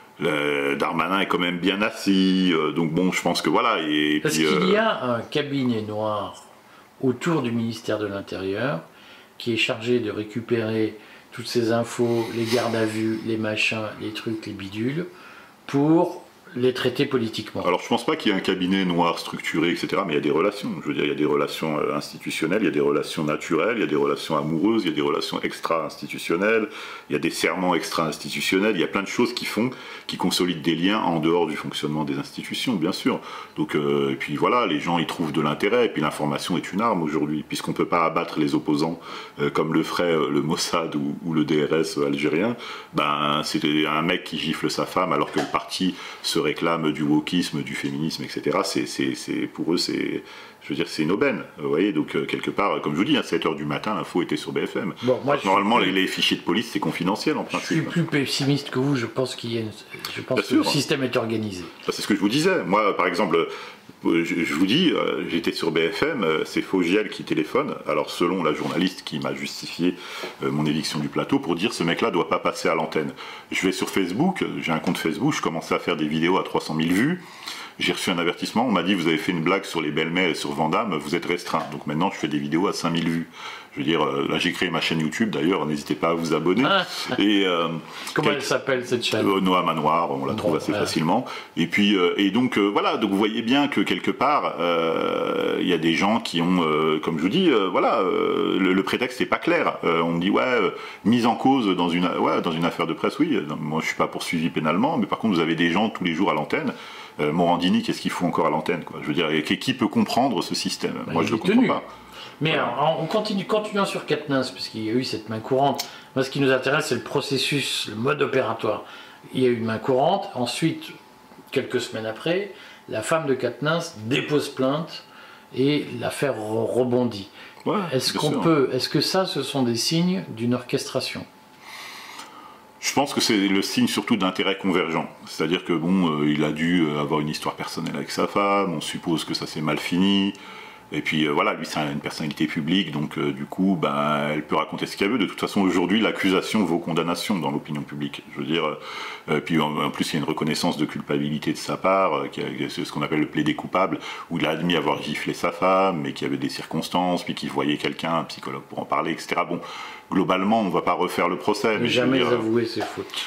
Le Darmanin est quand même bien assis, euh, donc bon, je pense que voilà. Et Parce puis, qu'il euh... y a un cabinet noir autour du ministère de l'Intérieur qui est chargé de récupérer toutes ces infos, les gardes à vue, les machins, les trucs, les bidules, pour les traiter politiquement. Alors je pense pas qu'il y ait un cabinet noir structuré, et cetera, mais il y a des relations. Je veux dire, il y a des relations institutionnelles, il y a des relations naturelles, il y a des relations amoureuses, il y a des relations extra-institutionnelles, il y a des serments extra-institutionnels, il y a plein de choses qui font, qui consolident des liens en dehors du fonctionnement des institutions, bien sûr. Donc, euh, et puis voilà, les gens y trouvent de l'intérêt, et puis l'information est une arme aujourd'hui, puisqu'on peut pas abattre les opposants euh, comme le ferait euh, le Mossad ou, ou le D R S algérien. Ben, c'est un mec qui gifle sa femme alors que le parti se réclament du wokisme, du féminisme, et cetera. C'est, c'est, c'est, pour eux, c'est, je veux dire, c'est une aubaine. Vous voyez, donc euh, quelque part, comme je vous dis, à sept heures du matin, l'info était sur B F M. Bon, moi, normalement, plus... les, les fichiers de police, c'est confidentiel en principe. Je suis plus pessimiste que vous. Je pense qu'il y a une... je pense Bien que sûr. le système est organisé. C'est ce que je vous disais. Moi, par exemple, je, je vous dis, euh, j'étais sur B F M, euh, c'est Fogiel qui téléphone. Alors, selon la journaliste qui m'a justifié euh, mon éviction du plateau, pour dire ce mec-là doit pas passer à l'antenne. Je vais sur Facebook, j'ai un compte Facebook, je commençais à faire des vidéos à trois cent mille vues. J'ai reçu un avertissement, on m'a dit vous avez fait une blague sur les belles-mères et sur Vandame, vous êtes restreint. Donc maintenant je fais des vidéos à cinq mille vues. Je veux dire, euh, là j'ai créé ma chaîne YouTube d'ailleurs, n'hésitez pas à vous abonner. Ah. Et, euh, Comment quel... elle s'appelle cette chaîne? euh, Noah Manoir, on la trouve bon, assez ouais. facilement. Et puis, euh, et donc euh, voilà, donc vous voyez bien que quelque part, il euh, y a des gens qui ont, euh, comme je vous dis, euh, voilà, euh, le, le prétexte n'est pas clair. Euh, on me dit, ouais, euh, mise en cause dans une, ouais, dans une affaire de presse, oui, non, moi je suis pas poursuivi pénalement, mais par contre vous avez des gens tous les jours à l'antenne. Euh, Morandini, qu'est-ce qu'il fout encore à l'antenne, quoi? Je veux dire, qui peut comprendre ce système? Bah, moi je le comprends pas. Mais Voilà. alors, on continue, continuant sur Quatennens, puisqu'il y a eu cette main courante. Moi, ce qui nous intéresse, c'est le processus, le mode opératoire. Il y a eu une main courante. Ensuite, quelques semaines après, la femme de Quatennens dépose plainte et l'affaire re- rebondit. Ouais, Est-ce bien qu'on sûr. peut, est-ce que ça, ce sont des signes d'une orchestration? Je pense que c'est le signe surtout d'intérêts convergents. C'est-à-dire que bon, euh, il a dû euh, avoir une histoire personnelle avec sa femme, on suppose que ça s'est mal fini. Et puis euh, voilà, lui c'est une personnalité publique, donc euh, du coup, ben, elle peut raconter ce qu'elle veut. De toute façon, aujourd'hui, l'accusation vaut condamnation dans l'opinion publique. Je veux dire, euh, puis en, en plus, il y a une reconnaissance de culpabilité de sa part, euh, qui a- c'est ce qu'on appelle le plaidé coupable, où il a admis avoir giflé sa femme, mais qu'il y avait des circonstances, puis qu'il voyait quelqu'un, un psychologue pour en parler, et cetera. Bon, globalement, on ne va pas refaire le procès. Ne mais je veux jamais dire, avouer ses fautes.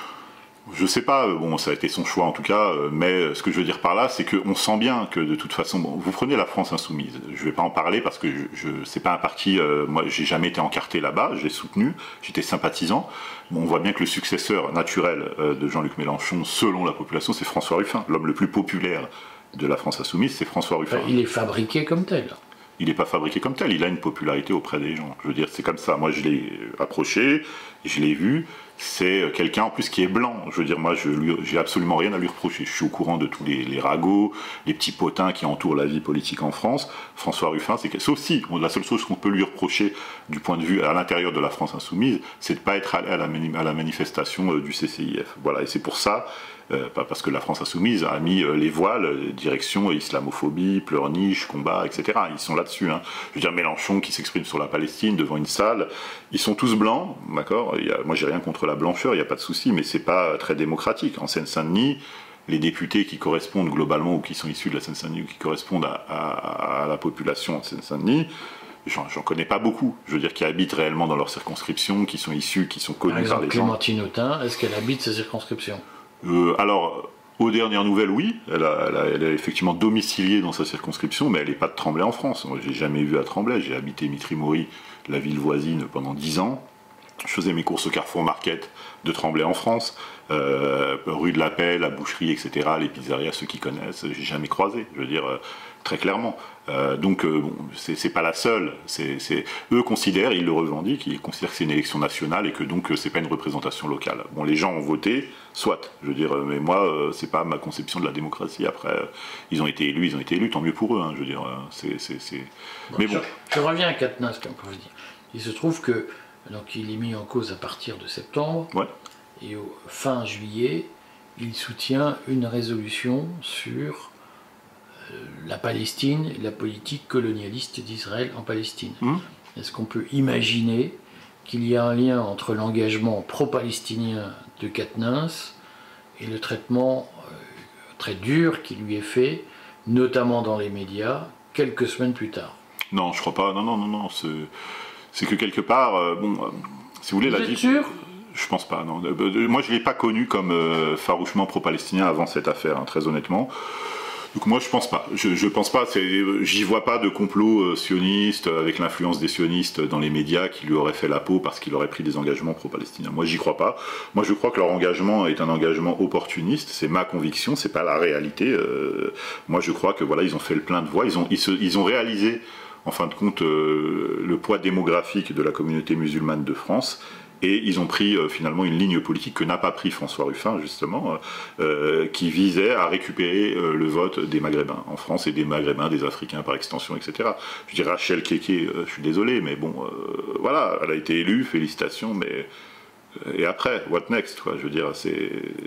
Je sais pas, euh, bon, ça a été son choix en tout cas, euh, mais euh, ce que je veux dire par là, c'est qu'on sent bien que de toute façon, bon, vous prenez la France Insoumise, je vais pas en parler parce que je, je c'est pas un parti, euh, moi j'ai jamais été encarté là-bas, j'ai soutenu, j'étais sympathisant. Bon, on voit bien que le successeur naturel euh, de Jean-Luc Mélenchon, selon la population, c'est François Ruffin. L'homme le plus populaire de la France Insoumise, c'est François Ruffin. Enfin, il est fabriqué comme tel. Il n'est pas fabriqué comme tel, il a une popularité auprès des gens. Je veux dire, c'est comme ça. Moi, je l'ai approché, je l'ai vu. C'est quelqu'un en plus qui est blanc. Je veux dire, moi, je lui, j'ai absolument rien à lui reprocher. Je suis au courant de tous les, les ragots, les petits potins qui entourent la vie politique en France. François Ruffin, c'est que, sauf si, la seule chose qu'on peut lui reprocher du point de vue à l'intérieur de la France Insoumise, c'est de ne pas être allé à la, mani- à la manifestation euh, du C C I F. Voilà, et c'est pour ça. Euh, pas parce que la France Insoumise a mis euh, les voiles, euh, direction euh, islamophobie, pleurniche, combat, et cetera. Ils sont là-dessus. Hein. Je veux dire, Mélenchon qui s'exprime sur la Palestine devant une salle, ils sont tous blancs, d'accord. Il y a, moi, j'ai rien contre la blancheur, il n'y a pas de souci, mais c'est pas très démocratique. En Seine-Saint-Denis, les députés qui correspondent globalement ou qui sont issus de la Seine-Saint-Denis ou qui correspondent à, à, à la population de Seine-Saint-Denis, J'en, j'en connais pas beaucoup, je veux dire, qui habitent réellement dans leur circonscription, qui sont issus, qui sont connus Par exemple, par les gens. Clémentine Autain, est-ce qu'elle habite sa circonscription? Euh, alors, aux dernières nouvelles, oui, elle, a, elle, a, elle est effectivement domiciliée dans sa circonscription, mais elle n'est pas de Tremblay en France. Moi, j'ai jamais vu à Tremblay, j'ai habité Mitry-Mory, la ville voisine, pendant dix ans. Je faisais mes courses au Carrefour Market de Tremblay en France, euh, rue de la Paix, la boucherie, et cetera, les pizzerias, ceux qui connaissent, j'ai jamais croisé, je veux dire, euh, très clairement. Euh, donc, euh, bon, c'est, c'est pas la seule. C'est, c'est, eux considèrent, ils le revendiquent, ils considèrent que c'est une élection nationale et que donc euh, c'est pas une représentation locale. Bon, les gens ont voté, soit, je veux dire, euh, mais moi, euh, c'est pas ma conception de la démocratie. Après, euh, ils ont été élus, ils ont été élus, tant mieux pour eux, hein, je veux dire, euh, c'est, c'est, c'est... Bon, mais bon. Je, je reviens à Quatennens, comme vous dire. Il se trouve que donc, il est mis en cause à partir de septembre, Ouais. et au fin juillet, il soutient une résolution sur euh, la Palestine et la politique colonialiste d'Israël en Palestine. Mmh. Est-ce qu'on peut imaginer qu'il y a un lien entre l'engagement pro-palestinien de Quatennens et le traitement euh, très dur qui lui est fait, notamment dans les médias, quelques semaines plus tard? Non, je crois pas. Non, non, non, non. C'est, c'est que quelque part, euh, bon, euh, si vous voulez, Vous la êtes vie- sûr? Je pense pas. Non. Euh, euh, moi, je l'ai pas connu comme euh, farouchement pro-palestinien avant cette affaire, hein, très honnêtement. Donc moi, je pense pas. Je, je pense pas. C'est, j'y vois pas de complot euh, sioniste euh, avec l'influence des sionistes dans les médias qui lui auraient fait la peau parce qu'il aurait pris des engagements pro-palestiniens. Moi, j'y crois pas. Moi, je crois que leur engagement est un engagement opportuniste. C'est ma conviction. C'est pas la réalité. Euh, moi, je crois que voilà, ils ont fait le plein de voix. Ils ont, ils se, ils ont réalisé, en fin de compte, euh, le poids démographique de la communauté musulmane de France. Et ils ont pris euh, finalement une ligne politique que n'a pas pris François Ruffin, justement, euh, qui visait à récupérer euh, le vote des Maghrébins en France et des Maghrébins, des Africains par extension, et cetera. Je dirais Rachel Keke, euh, je suis désolé, mais bon, euh, voilà, elle a été élue, félicitations, mais. euh, Et après, what next, quoi, je veux dire, c'est.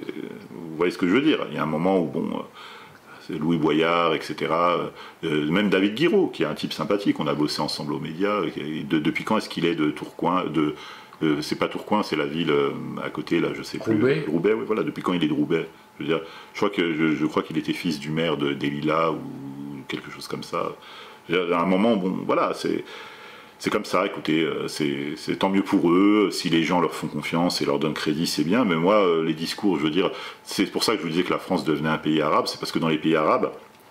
Vous voyez ce que je veux dire? Il y a un moment où, bon. Euh, c'est Louis Boyard, et cetera. Euh, même David Guiraud, qui est un type sympathique, on a bossé ensemble aux médias. Et de, depuis quand est-ce qu'il est de Tourcoing de, euh, c'est pas Tourcoing, c'est la ville euh, à côté, là, je sais plus. Roubaix. Roubaix, oui, voilà. Depuis quand il est de Roubaix? Je veux dire, je crois que je, je crois qu'il était fils du maire de d'Elila ou quelque chose comme ça. Je veux dire, à un moment, bon, voilà, c'est. C'est comme ça, écoutez, euh, c'est, c'est tant mieux pour eux, si les gens leur font confiance et leur donnent crédit, c'est bien, mais moi, euh, les discours, je veux dire, c'est pour ça que je vous disais que la France devenait un pays arabe, c'est parce que dans les pays arabes,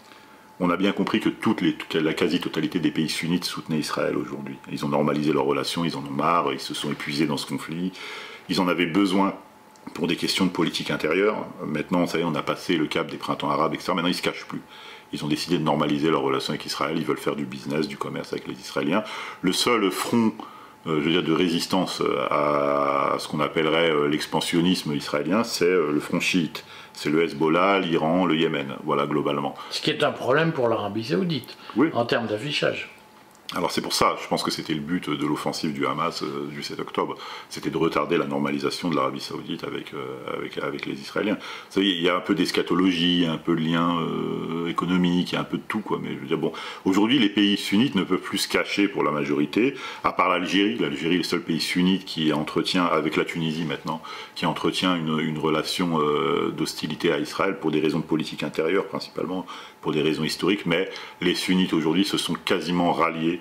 on a bien compris que toutes les, toute la quasi-totalité des pays sunnites soutenaient Israël aujourd'hui. Ils ont normalisé leurs relations, ils en ont marre, ils se sont épuisés dans ce conflit, ils en avaient besoin pour des questions de politique intérieure. Maintenant, ça y est, on a passé le cap des printemps arabes, et cetera. Maintenant, ils ne se cachent plus. Ils ont décidé de normaliser leurs relations avec Israël. Ils veulent faire du business, du commerce avec les Israéliens. Le seul front, euh, je veux dire, de résistance à ce qu'on appellerait euh, l'expansionnisme israélien, c'est euh, le front chiite. C'est le Hezbollah, l'Iran, le Yémen, voilà, globalement. Ce qui est un problème pour l'Arabie Saoudite, oui. en termes d'affichage. Alors c'est pour ça, je pense que c'était le but de l'offensive du Hamas euh, du sept octobre, c'était de retarder la normalisation de l'Arabie Saoudite avec, euh, avec, avec les Israéliens. Vous savez, il y a un peu d'eschatologie, un peu de lien euh, économique, il y a un peu de tout, quoi. Mais je veux dire, bon, aujourd'hui les pays sunnites ne peuvent plus se cacher pour la majorité, à part l'Algérie. L'Algérie est le seul pays sunnite qui entretient, avec la Tunisie maintenant, qui entretient une, une relation euh, d'hostilité à Israël pour des raisons de politique intérieure principalement, pour des raisons historiques, mais les sunnites aujourd'hui se sont quasiment ralliés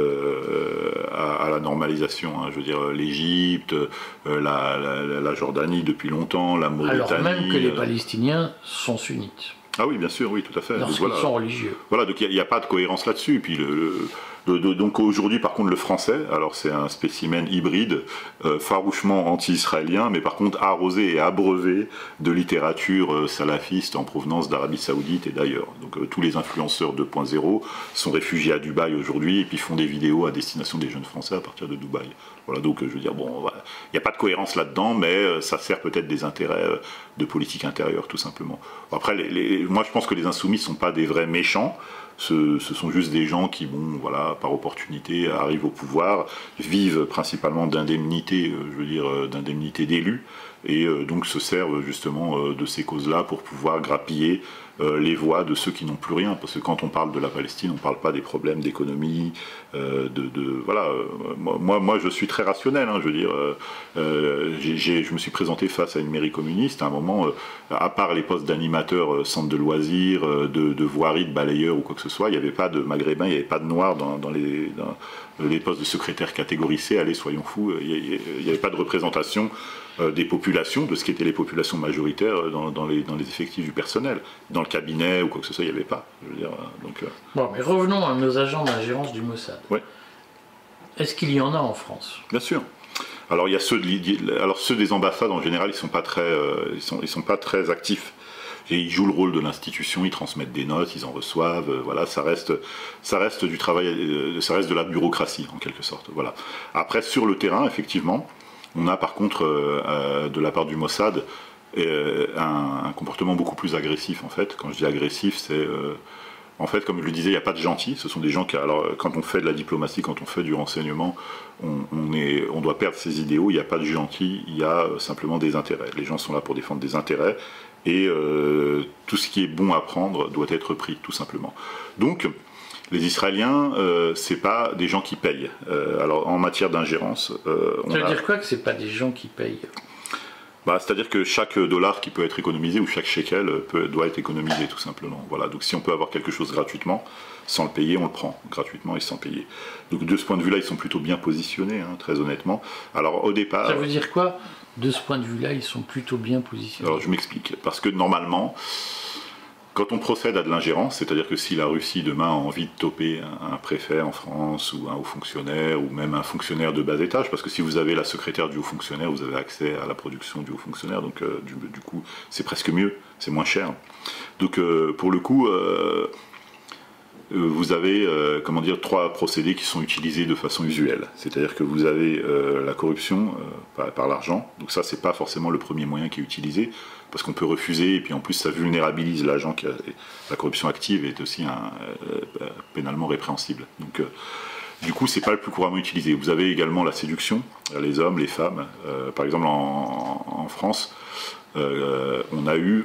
Euh, à, à la normalisation, hein. Je veux dire l'Égypte, euh, la, la, la Jordanie depuis longtemps, la Mauritanie. Alors même que les euh... Palestiniens sont sunnites. Ah oui, bien sûr, oui, tout à fait. Lorsqu'ils voilà. sont religieux. Voilà, donc il n'y a, a pas de cohérence là-dessus. Et puis le, le de, de, donc aujourd'hui, par contre, le français, alors c'est un spécimen hybride, euh, farouchement anti-israélien, mais par contre arrosé et abreuvé de littérature euh, salafiste en provenance d'Arabie Saoudite et d'ailleurs. Donc euh, tous les influenceurs deux point zéro sont réfugiés à Dubaï aujourd'hui et puis font des vidéos à destination des jeunes Français à partir de Dubaï. Voilà, donc euh, je veux dire, bon, voilà. Il n'y a pas de cohérence là-dedans, mais euh, ça sert peut-être des intérêts euh, de politique intérieure, tout simplement. Après, les, les, moi je pense que les insoumis ne sont pas des vrais méchants. Ce, ce sont juste des gens qui, bon, voilà, par opportunité, arrivent au pouvoir, vivent principalement d'indemnités, euh, je veux dire, euh, d'indemnités d'élus, et euh, donc se servent justement euh, de ces causes-là pour pouvoir grappiller euh, les voix de ceux qui n'ont plus rien. Parce que quand on parle de la Palestine, on ne parle pas des problèmes d'économie, euh, de, de, voilà. Euh, moi, moi, je suis très rationnel. Hein, je veux dire, euh, euh, j'ai, j'ai, je me suis présenté face à une mairie communiste. À un moment, euh, à part les postes d'animateurs, euh, centre de loisirs, euh, de, de voirie, de balayeur ou quoi que ce soit, il n'y avait pas de maghrébins, il n'y avait pas de noirs dans, dans les dans les postes de secrétaire catégorie C. Allez, soyons fous, il n'y avait pas de représentation euh, des populations, de ce qu'étaient les populations majoritaires dans, dans, les, dans les effectifs du personnel. Dans le cabinet ou quoi que ce soit, il n'y avait pas. Je veux dire, donc, euh... Bon, mais revenons à nos agents d'ingérence du Mossad. Ouais. Est-ce qu'il y en a en France? Bien sûr. Alors, il y a ceux, de, alors, ceux des ambassades, en général, ils ne sont pas très, euh, ils sont, ils sont pas très actifs. Et ils jouent le rôle de l'institution, ils transmettent des notes, ils en reçoivent, euh, voilà, ça reste, ça reste du travail, euh, ça reste de la bureaucratie en quelque sorte, voilà. Après, sur le terrain, effectivement, on a par contre, euh, euh, de la part du Mossad, euh, un, un comportement beaucoup plus agressif en fait. Quand je dis agressif, c'est, euh, en fait, comme je le disais, il n'y a pas de gentils, ce sont des gens qui, alors, quand on fait de la diplomatie, quand on fait du renseignement, on, on, est, on doit perdre ses idéaux, il n'y a pas de gentils, il y a simplement des intérêts. Les gens sont là pour défendre des intérêts, et euh, tout ce qui est bon à prendre doit être pris, tout simplement. Donc, les Israéliens, euh, c'est pas des gens qui payent. Euh, alors, en matière d'ingérence... Euh, Ça veut a... dire quoi que c'est pas des gens qui payent? Bah, c'est-à-dire que chaque dollar qui peut être économisé ou chaque shekel peut, doit être économisé, tout simplement. Voilà. Donc, si on peut avoir quelque chose gratuitement, sans le payer, on le prend, gratuitement et sans payer. Donc, de ce point de vue-là, ils sont plutôt bien positionnés, hein, très honnêtement. Alors, au départ... Ça veut dire quoi? De ce point de vue-là, ils sont plutôt bien positionnés. Alors je m'explique, parce que normalement, quand on procède à de l'ingérence, c'est-à-dire que si la Russie demain a envie de toper un, un préfet en France, ou un haut fonctionnaire, ou même un fonctionnaire de bas étage, parce que si vous avez la secrétaire du haut fonctionnaire, vous avez accès à la production du haut fonctionnaire, donc euh, du, du coup c'est presque mieux, c'est moins cher. Donc euh, pour le coup... Euh, vous avez euh, comment dire, trois procédés qui sont utilisés de façon usuelle. C'est-à-dire que vous avez euh, la corruption euh, par, par l'argent. Donc ça, c'est pas forcément le premier moyen qui est utilisé, parce qu'on peut refuser, et puis en plus ça vulnérabilise l'agent. Qui a, la corruption active est aussi un, euh, pénalement répréhensible. Donc euh, du coup, c'est pas le plus couramment utilisé. Vous avez également la séduction, les hommes, les femmes. Euh, par exemple, en, en France, euh, on a eu...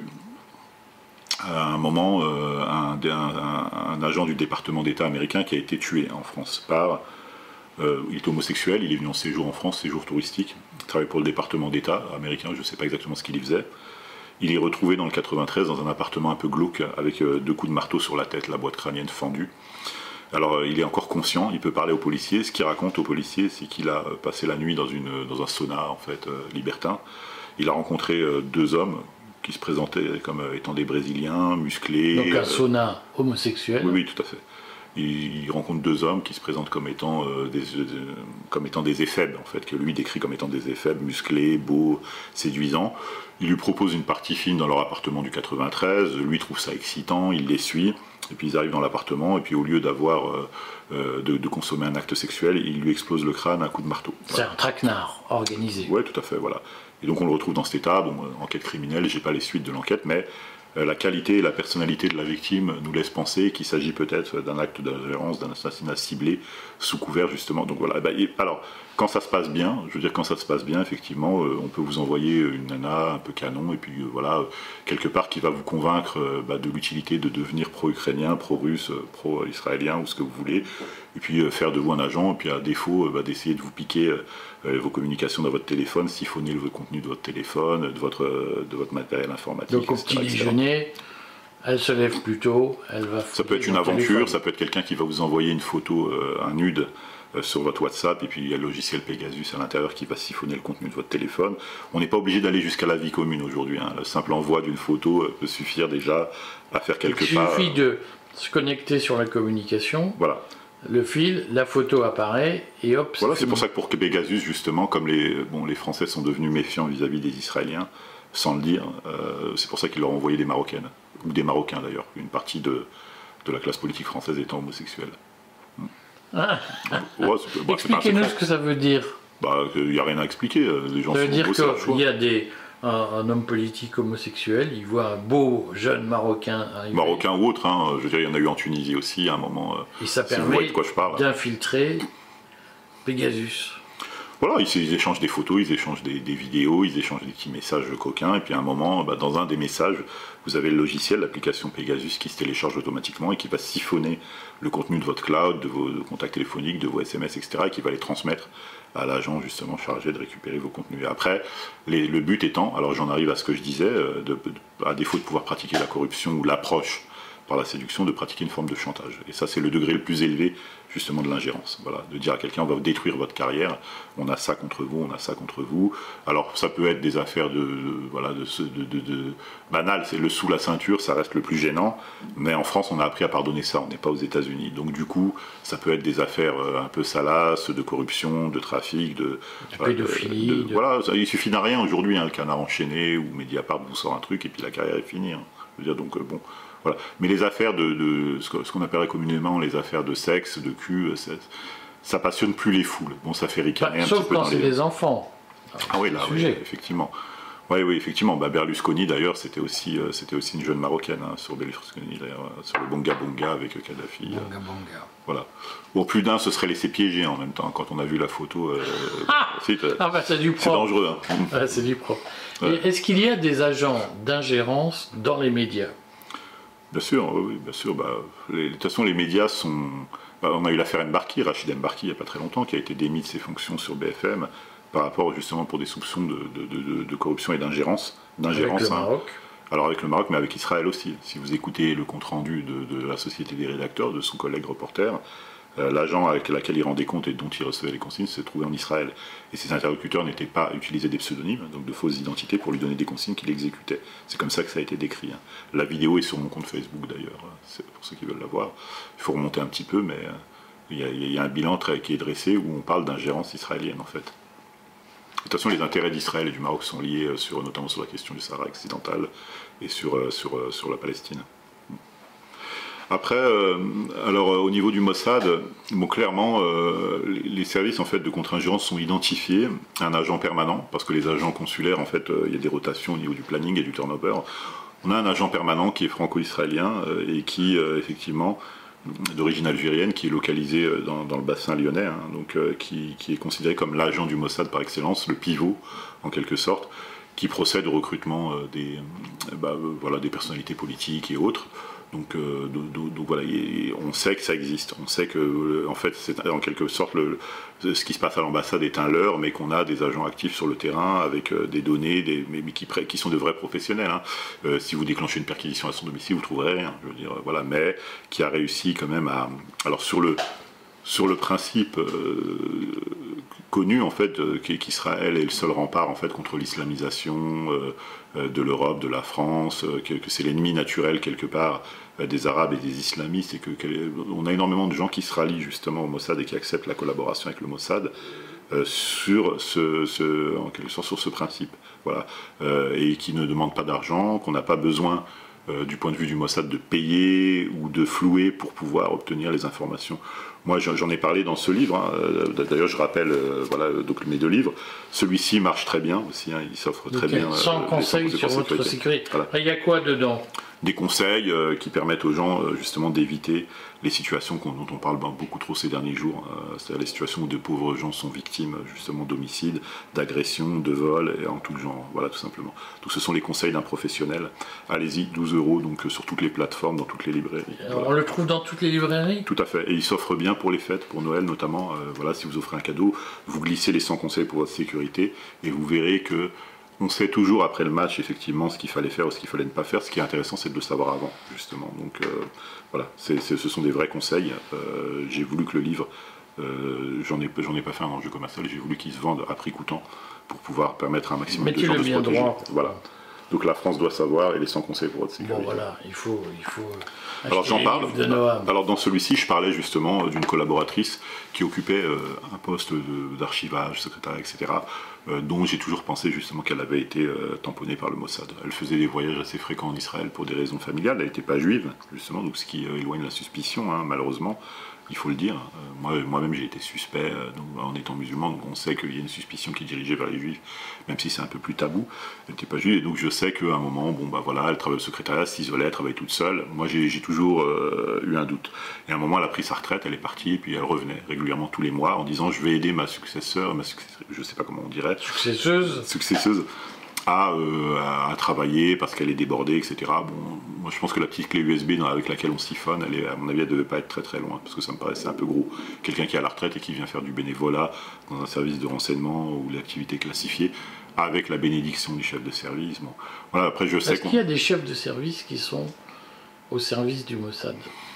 à un moment, euh, un, un, un agent du département d'État américain qui a été tué en France par... Euh, il est homosexuel, il est venu en séjour en France, séjour touristique, il travaille pour le département d'État américain, je ne sais pas exactement ce qu'il y faisait. Il est retrouvé dans le quatre-vingt-treize dans un appartement un peu glauque avec euh, deux coups de marteau sur la tête, la boîte crânienne fendue. Alors euh, il est encore conscient, il peut parler aux policiers. Ce qu'il raconte aux policiers, c'est qu'il a passé la nuit dans, une, dans un sauna en fait, euh, libertin. Il a rencontré euh, deux hommes qui se présentaient comme étant des Brésiliens, musclés. Donc un sauna euh, homosexuel. Oui, oui, tout à fait. Il, il rencontre deux hommes qui se présentent comme étant, euh, des, euh, comme étant des éphèbes, en fait, que lui décrit comme étant des éphèbes, musclés, beaux, séduisants. Il lui propose une partie fine dans leur appartement du quatre-vingt-treize, lui trouve ça excitant, il les suit. et puis ils arrivent dans l'appartement, et puis au lieu d'avoir euh, euh, de, de consommer un acte sexuel, ils lui explosent le crâne à coups de marteau. Voilà. C'est un traquenard organisé. Oui, tout à fait, voilà. Et donc on le retrouve dans cet état, bon, euh, enquête criminelle, j'ai pas les suites de l'enquête, mais euh, la qualité et la personnalité de la victime nous laissent penser qu'il s'agit peut-être d'un acte d'ingérence, d'un assassinat ciblé, sous couvert justement. Donc voilà, bah, et, alors, quand ça se passe bien, je veux dire quand ça se passe bien, effectivement, euh, on peut vous envoyer une nana un peu canon, et puis euh, voilà, euh, quelque part qui va vous convaincre euh, bah, de l'utilité de devenir pro-ukrainien, pro-russe, euh, pro-israélien, ou ce que vous voulez, et puis euh, faire de vous un agent, et puis à défaut, euh, bah, d'essayer de vous piquer euh, vos communications dans votre téléphone, siphonner le contenu de votre téléphone, de votre, euh, de votre matériel informatique. Donc au petit déjeuner, elle se lève plus tôt, elle va... Ça peut être une aventure, téléphone. Ça peut être quelqu'un qui va vous envoyer une photo, euh, un nude, sur votre WhatsApp, et puis il y a le logiciel Pegasus à l'intérieur qui va siphonner le contenu de votre téléphone. On n'est pas obligé d'aller jusqu'à la vie commune aujourd'hui. Hein. Le simple envoi d'une photo peut suffire déjà à faire quelque il part... Il suffit de se connecter sur la communication, voilà. Le fil, la photo apparaît, et hop... Voilà, c'est pour ça que pour Pegasus, justement, comme les, bon, les Français sont devenus méfiants vis-à-vis des Israéliens, sans le dire, euh, c'est pour ça qu'ils leur ont envoyé des Marocaines, ou des Marocains d'ailleurs, une partie de, de la classe politique française étant homosexuelle. Ah. Ouais, bah, expliquez-nous ce que ça veut dire. Bah, il n'y a rien à expliquer. Les gens ça veut sont dire qu'il y a des, un, un homme politique homosexuel, il voit un beau jeune Marocain arriver. Marocain ou autre, hein. Je veux dire, il y en a eu en Tunisie aussi à un moment. Et ça si permet de quoi je parle, d'infiltrer Pegasus. Voilà, ils, ils échangent des photos, ils échangent des, des vidéos, ils échangent des petits messages coquins, et puis à un moment, bah, dans un des messages, vous avez le logiciel, l'application Pegasus qui se télécharge automatiquement et qui va siphonner le contenu de votre cloud, de vos contacts téléphoniques, de vos S M S, et cetera, et qui va les transmettre à l'agent justement chargé de récupérer vos contenus. Et après, les, le but étant, alors j'en arrive à ce que je disais, de, de, à défaut de pouvoir pratiquer la corruption ou l'approche par la séduction, de pratiquer une forme de chantage. Et ça, c'est le degré le plus élevé, justement, de l'ingérence. Voilà, de dire à quelqu'un, on va détruire votre carrière, on a ça contre vous, on a ça contre vous. Alors, ça peut être des affaires de, de voilà, de, de, de, de banales, c'est le sous la ceinture, ça reste le plus gênant, mais en France, on a appris à pardonner ça, on n'est pas aux États-Unis. Donc, du coup, ça peut être des affaires un peu salaces, de corruption, de trafic, de... de voilà, pédophilie. De, de, de... Voilà, ça, il suffit d'un rien aujourd'hui, hein, le Canard enchaîné, ou Mediapart vous sort un truc, et puis la carrière est finie. Hein. Je veux dire, donc, euh, bon... Voilà. Mais les affaires de, de ce qu'on appellerait communément les affaires de sexe, de cul, ça passionne plus les foules. Bon, ça fait ricaner bah, un petit peu dans les... Sauf quand c'est des enfants. Alors, ah oui, là, oui, effectivement. Oui, oui, effectivement. Bah, Berlusconi, d'ailleurs, c'était aussi, euh, c'était aussi une jeune Marocaine hein, sur Berlusconi, d'ailleurs, sur le Bonga Bonga avec Kadhafi. Bonga euh, Bonga. Voilà. Bon, plus d'un se serait laissé piéger en même temps quand on a vu la photo. Euh, ah, ah bah, c'est du pro. C'est dangereux. Hein. Ah, c'est du pro. Ouais. Est-ce qu'il y a des agents d'ingérence dans les médias ? Bien sûr, oui, bien sûr. Bah, les, de toute façon, les médias sont... Bah, on a eu l'affaire Mbarki, Rachid Mbarki, il n'y a pas très longtemps, qui a été démis de ses fonctions sur B F M par rapport justement pour des soupçons de, de, de, de corruption et d'ingérence. d'ingérence avec le hein. Maroc. Alors avec le Maroc, mais avec Israël aussi. Si vous écoutez le compte-rendu de, de la Société des rédacteurs, de son collègue reporter, euh, l'agent avec lequel il rendait compte et dont il recevait les consignes se trouvait en Israël. Et ses interlocuteurs n'étaient pas utilisés des pseudonymes, donc de fausses identités, pour lui donner des consignes qu'il exécutait. C'est comme ça que ça a été décrit. Hein. La vidéo est sur mon compte Facebook d'ailleurs, c'est pour ceux qui veulent la voir. Il faut remonter un petit peu, mais il y a, il y a un bilan très, qui est dressé où on parle d'ingérence israélienne en fait. De toute façon, les intérêts d'Israël et du Maroc sont liés, sur, notamment sur la question du Sahara occidental et sur, sur, sur la Palestine. Après, euh, alors au niveau du Mossad, bon, clairement, euh, les services en fait de contre-ingérence sont identifiés à un agent permanent, parce que les agents consulaires, en fait, euh, il y a des rotations au niveau du planning et du turnover. On a un agent permanent qui est franco-israélien euh, et qui, euh, effectivement, d'origine algérienne, qui est localisé dans, dans le bassin lyonnais, hein, donc euh, qui, qui est considéré comme l'agent du Mossad par excellence, le pivot, en quelque sorte, qui procède au recrutement euh, des, bah, euh, voilà, des personnalités politiques et autres. Donc, euh, donc, donc voilà, on sait que ça existe. On sait que, en fait, c'est en quelque sorte le, ce qui se passe à l'ambassade est un leurre, mais qu'on a des agents actifs sur le terrain avec euh, des données, des, mais, mais qui, qui sont de vrais professionnels. Hein. Euh, si vous déclenchez une perquisition à son domicile, vous trouverez rien. Je veux dire, voilà, mais qui a réussi quand même à. Alors sur le sur le principe euh, connu en fait euh, qu'Israël est le seul rempart en fait contre l'islamisation euh, de l'Europe, de la France, euh, que, que c'est l'ennemi naturel quelque part euh, des Arabes et des islamistes, et que, que on a énormément de gens qui se rallient justement au Mossad et qui acceptent la collaboration avec le Mossad euh, sur ce, ce en quelque sorte sur ce principe, voilà, euh, et qui ne demandent pas d'argent, qu'on n'a pas besoin euh, du point de vue du Mossad, de payer ou de flouer pour pouvoir obtenir les informations. Moi, j'en ai parlé dans ce livre. Hein. D'ailleurs, je rappelle euh, voilà, donc, mes deux livres. Celui-ci marche très bien aussi. Hein. Il s'offre très okay. bien. cent euh, conseils sur votre sécurité. sécurité. Voilà. Il y a quoi dedans? Des conseils euh, qui permettent aux gens euh, justement d'éviter les situations dont on parle ben, beaucoup trop ces derniers jours, euh, c'est-à-dire les situations où de pauvres gens sont victimes justement d'homicides, d'agressions, de vols et en tout genre, voilà tout simplement. Donc ce sont les conseils d'un professionnel. Allez-y, douze euros donc sur toutes les plateformes, dans toutes les librairies. Alors, voilà. On le trouve dans toutes les librairies? Tout à fait, et il s'offre bien pour les fêtes, pour Noël notamment. Euh, voilà, si vous offrez un cadeau, vous glissez les cent conseils pour votre sécurité et vous verrez que on sait toujours après le match effectivement ce qu'il fallait faire ou ce qu'il fallait ne pas faire. Ce qui est intéressant, c'est de le savoir avant, justement. Donc euh, voilà, c'est, c'est, ce sont des vrais conseils. Euh, j'ai voulu que le livre, euh, j'en ai, j'en ai pas fait un enjeu commercial, j'ai voulu qu'il se vende à prix coûtant pour pouvoir permettre à un maximum Mettez de gens de se protéger. Droit. Voilà. Donc la France doit savoir et les cent conseils pour votre sécurité. Bon voilà, il faut... Il faut Alors j'en parle. Alors dans celui-ci, je parlais justement d'une collaboratrice qui occupait euh, un poste de, d'archivage, secrétaire, et cetera, euh, dont j'ai toujours pensé justement qu'elle avait été euh, tamponnée par le Mossad. Elle faisait des voyages assez fréquents en Israël pour des raisons familiales. Elle n'était pas juive, justement, donc ce qui euh, éloigne la suspicion, hein, malheureusement. Il faut le dire. Euh, moi, moi-même, j'ai été suspect euh, donc, en étant musulman, donc on sait qu'il y a une suspicion qui est dirigée vers les juifs, même si c'est un peu plus tabou. Elle n'était pas juive, et donc je sais qu'à un moment, bon, bah voilà, elle travaille au secrétariat, s'isolait, elle travaille toute seule. Moi, j'ai, j'ai toujours euh, eu un doute. Et à un moment, elle a pris sa retraite, elle est partie, et puis elle revenait régulièrement tous les mois en disant je vais aider ma successeur, ma successeur je ne sais pas comment on dirait. Successeuse. Successeuse. À, euh, à, à travailler parce qu'elle est débordée, et cetera. Bon, moi je pense que la petite clé U S B dans, avec laquelle on siphonne, elle est, à mon avis, elle ne devait pas être très très loin, parce que ça me paraissait un peu gros. Quelqu'un qui est à la retraite et qui vient faire du bénévolat dans un service de renseignement ou l'activité classifiée, avec la bénédiction du chef de service. Bon. Voilà, après, je sais Est-ce qu'il y a des chefs de service qui sont au service du Mossad?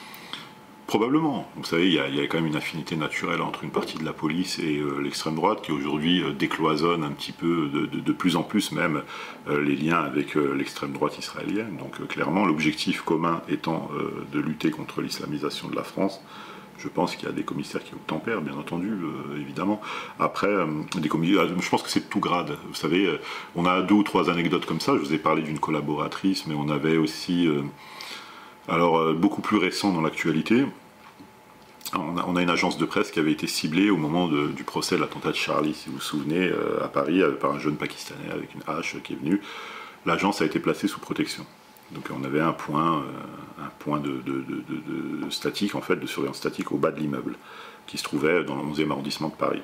Probablement. Vous savez, il y, a, il y a quand même une affinité naturelle entre une partie de la police et euh, l'extrême droite qui aujourd'hui euh, décloisonne un petit peu, de, de, de plus en plus même, euh, les liens avec euh, l'extrême droite israélienne. Donc euh, clairement, l'objectif commun étant euh, de lutter contre l'islamisation de la France. Je pense qu'il y a des commissaires qui obtempèrent, bien entendu, euh, évidemment. Après, euh, des commissaires, je pense que c'est de tout grade. Vous savez, euh, on a deux ou trois anecdotes comme ça. Je vous ai parlé d'une collaboratrice, mais on avait aussi... Euh, Alors, euh, beaucoup plus récent dans l'actualité, on a, on a une agence de presse qui avait été ciblée au moment de, du procès de l'attentat de Charlie, si vous vous souvenez, euh, à Paris, euh, par un jeune Pakistanais avec une hache euh, qui est venu. L'agence a été placée sous protection. Donc on avait un point, euh, un point de, de, de, de, de statique, en fait, de surveillance statique au bas de l'immeuble, qui se trouvait dans le onzième arrondissement de Paris.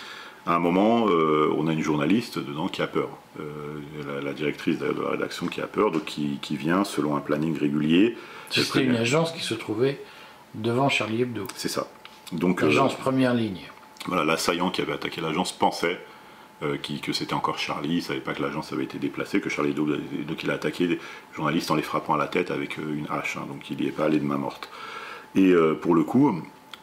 À un moment, euh, on a une journaliste dedans qui a peur. Euh, la, la directrice de la rédaction qui a peur, donc qui, qui vient selon un planning régulier. C'était une agence qui se trouvait devant Charlie Hebdo. C'est ça. Donc l'agence euh, première ligne. Voilà, l'assaillant qui avait attaqué l'agence pensait euh, qui, que c'était encore Charlie. Il ne savait pas que l'agence avait été déplacée, que Charlie Hebdo, donc il a attaqué des journalistes en les frappant à la tête avec euh, une hache. Hein, donc il n'y est pas allé de main morte. Et euh, pour le coup,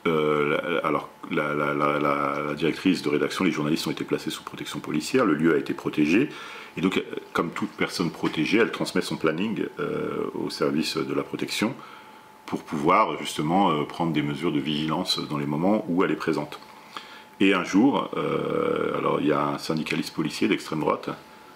euh, alors la, la, la, la, la directrice de rédaction, les journalistes ont été placés sous protection policière. Le lieu a été protégé. Et donc, comme toute personne protégée, elle transmet son planning euh, au service de la protection pour pouvoir justement euh, prendre des mesures de vigilance dans les moments où elle est présente. Et un jour, euh, alors il y a un syndicaliste policier d'extrême droite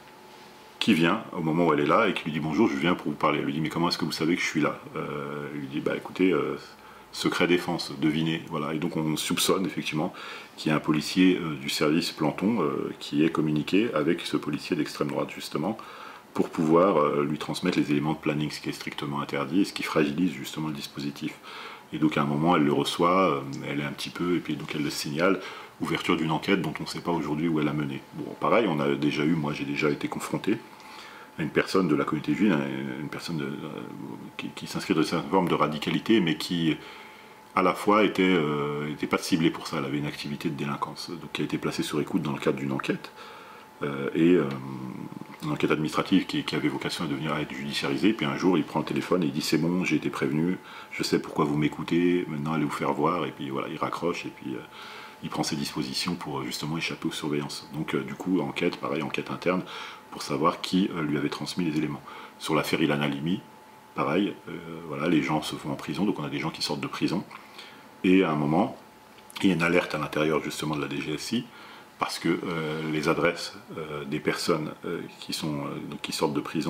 qui vient au moment où elle est là et qui lui dit bonjour, je viens pour vous parler. Elle lui dit mais comment est-ce que vous savez que je suis là? euh, Il lui dit bah écoutez, euh, secret défense, devinez. Voilà. Et donc on soupçonne effectivement qu'il y a un policier euh, du service Planton euh, qui est communiqué avec ce policier d'extrême droite justement pour pouvoir euh, lui transmettre les éléments de planning, ce qui est strictement interdit et ce qui fragilise justement le dispositif. Et donc à un moment elle le reçoit, euh, elle est un petit peu, et puis donc elle le signale, ouverture d'une enquête dont on ne sait pas aujourd'hui où elle a mené. Bon, pareil, on a déjà eu, moi j'ai déjà été confronté à une personne de la communauté juive, une personne de, euh, qui, qui s'inscrit dans une forme de radicalité, mais qui à la fois était, euh, était pas ciblée pour ça, elle avait une activité de délinquance, donc qui a été placée sur écoute dans le cadre d'une enquête, euh, et euh, une enquête administrative qui, qui avait vocation à devenir à être judiciarisée, puis un jour il prend le téléphone et il dit c'est bon, j'ai été prévenu, je sais pourquoi vous m'écoutez, maintenant allez vous faire voir, et puis voilà, il raccroche, et puis euh, il prend ses dispositions pour justement échapper aux surveillances. Donc euh, du coup, enquête, pareil, enquête interne, pour savoir qui euh, lui avait transmis les éléments. Sur l'affaire Ilan Halimi, pareil, euh, voilà, les gens se font en prison, donc on a des gens qui sortent de prison, et à un moment, il y a une alerte à l'intérieur justement de la D G S I, parce que euh, les adresses euh, des personnes euh, qui, sont, euh, qui sortent de prison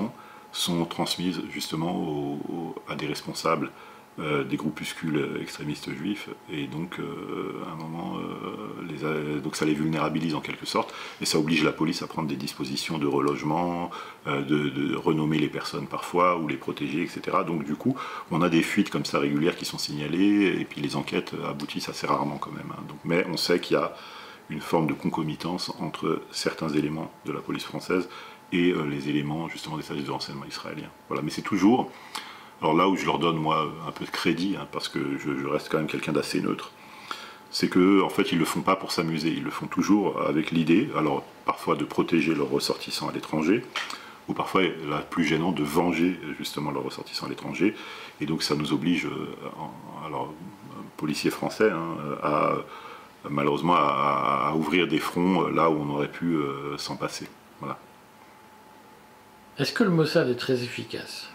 sont transmises justement au, au, à des responsables euh, des groupuscules extrémistes juifs, et donc euh, à un moment, euh, les a, donc ça les vulnérabilise en quelque sorte, et ça oblige la police à prendre des dispositions de relogement, euh, de, de renommer les personnes parfois, ou les protéger, et cetera. Donc du coup, on a des fuites comme ça régulières qui sont signalées, et puis les enquêtes aboutissent assez rarement quand même. Hein. Donc, mais on sait qu'il y a une forme de concomitance entre certains éléments de la police française et euh, les éléments justement des services de renseignement israéliens. Voilà, mais c'est toujours, alors là où je leur donne moi un peu de crédit, hein, parce que je, je reste quand même quelqu'un d'assez neutre, c'est que en fait ils le font pas pour s'amuser, ils le font toujours avec l'idée, alors parfois de protéger leurs ressortissants à l'étranger, ou parfois, la plus gênante, de venger justement leurs ressortissants à l'étranger, et donc ça nous oblige, euh, en, alors policiers français, hein, à malheureusement à, à ouvrir des fronts là où on aurait pu euh, s'en passer. Voilà. Est-ce que le Mossad est très efficace?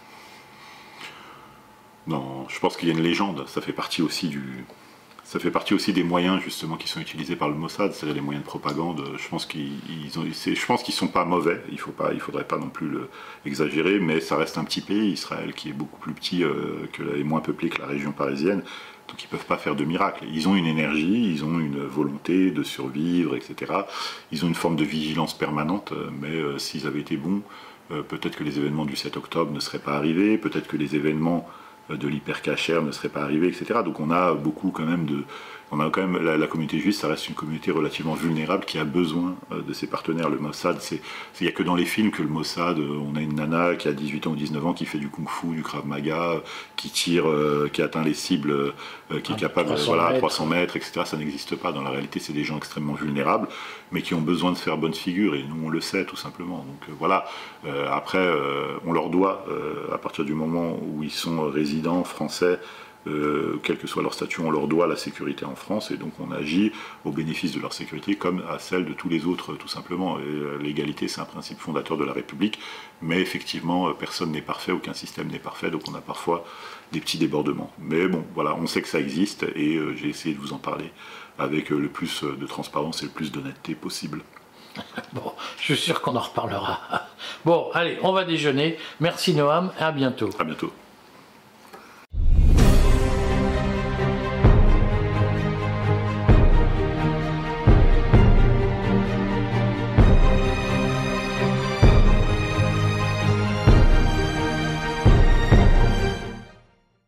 Non, je pense qu'il y a une légende, ça fait partie aussi du... Ça fait partie aussi des moyens justement qui sont utilisés par le Mossad, c'est-à-dire les moyens de propagande. Je pense qu'ils ont, je pense qu'ils sont pas mauvais. Il faut pas, il faudrait pas non plus le, exagérer, mais ça reste un petit pays, Israël, qui est beaucoup plus petit euh, que et moins peuplé que la région parisienne. Donc ils peuvent pas faire de miracles. Ils ont une énergie, ils ont une volonté de survivre, et cetera. Ils ont une forme de vigilance permanente. Mais euh, s'ils avaient été bons, euh, peut-être que les événements du sept octobre ne seraient pas arrivés. Peut-être que les événements de l'hypercacher ne serait pas arrivé, et cetera. Donc on a beaucoup quand même de... On a quand même la, la communauté juive, ça reste une communauté relativement vulnérable qui a besoin euh, de ses partenaires. Le Mossad, c'est, il n'y a que dans les films que le Mossad, euh, on a une nana qui a dix-huit ans ou dix-neuf ans qui fait du kung-fu, du Krav Maga, qui tire, euh, qui atteint les cibles, euh, qui est capable, voilà, à trois cents mètres, et cetera. Ça n'existe pas. Dans la réalité, c'est des gens extrêmement vulnérables, mais qui ont besoin de faire bonne figure, et nous on le sait tout simplement. Donc euh, voilà. Euh, après, euh, on leur doit, euh, à partir du moment où ils sont résidents français, Euh, quel que soit leur statut, on leur doit la sécurité en France, et donc on agit au bénéfice de leur sécurité comme à celle de tous les autres, tout simplement. Et, euh, l'égalité, c'est un principe fondateur de la République, mais effectivement, euh, personne n'est parfait, aucun système n'est parfait, donc on a parfois des petits débordements. Mais bon, voilà, on sait que ça existe, et euh, j'ai essayé de vous en parler avec euh, le plus de transparence et le plus d'honnêteté possible. Bon, je suis sûr qu'on en reparlera. Bon, allez, on va déjeuner. Merci Noam, à bientôt. À bientôt.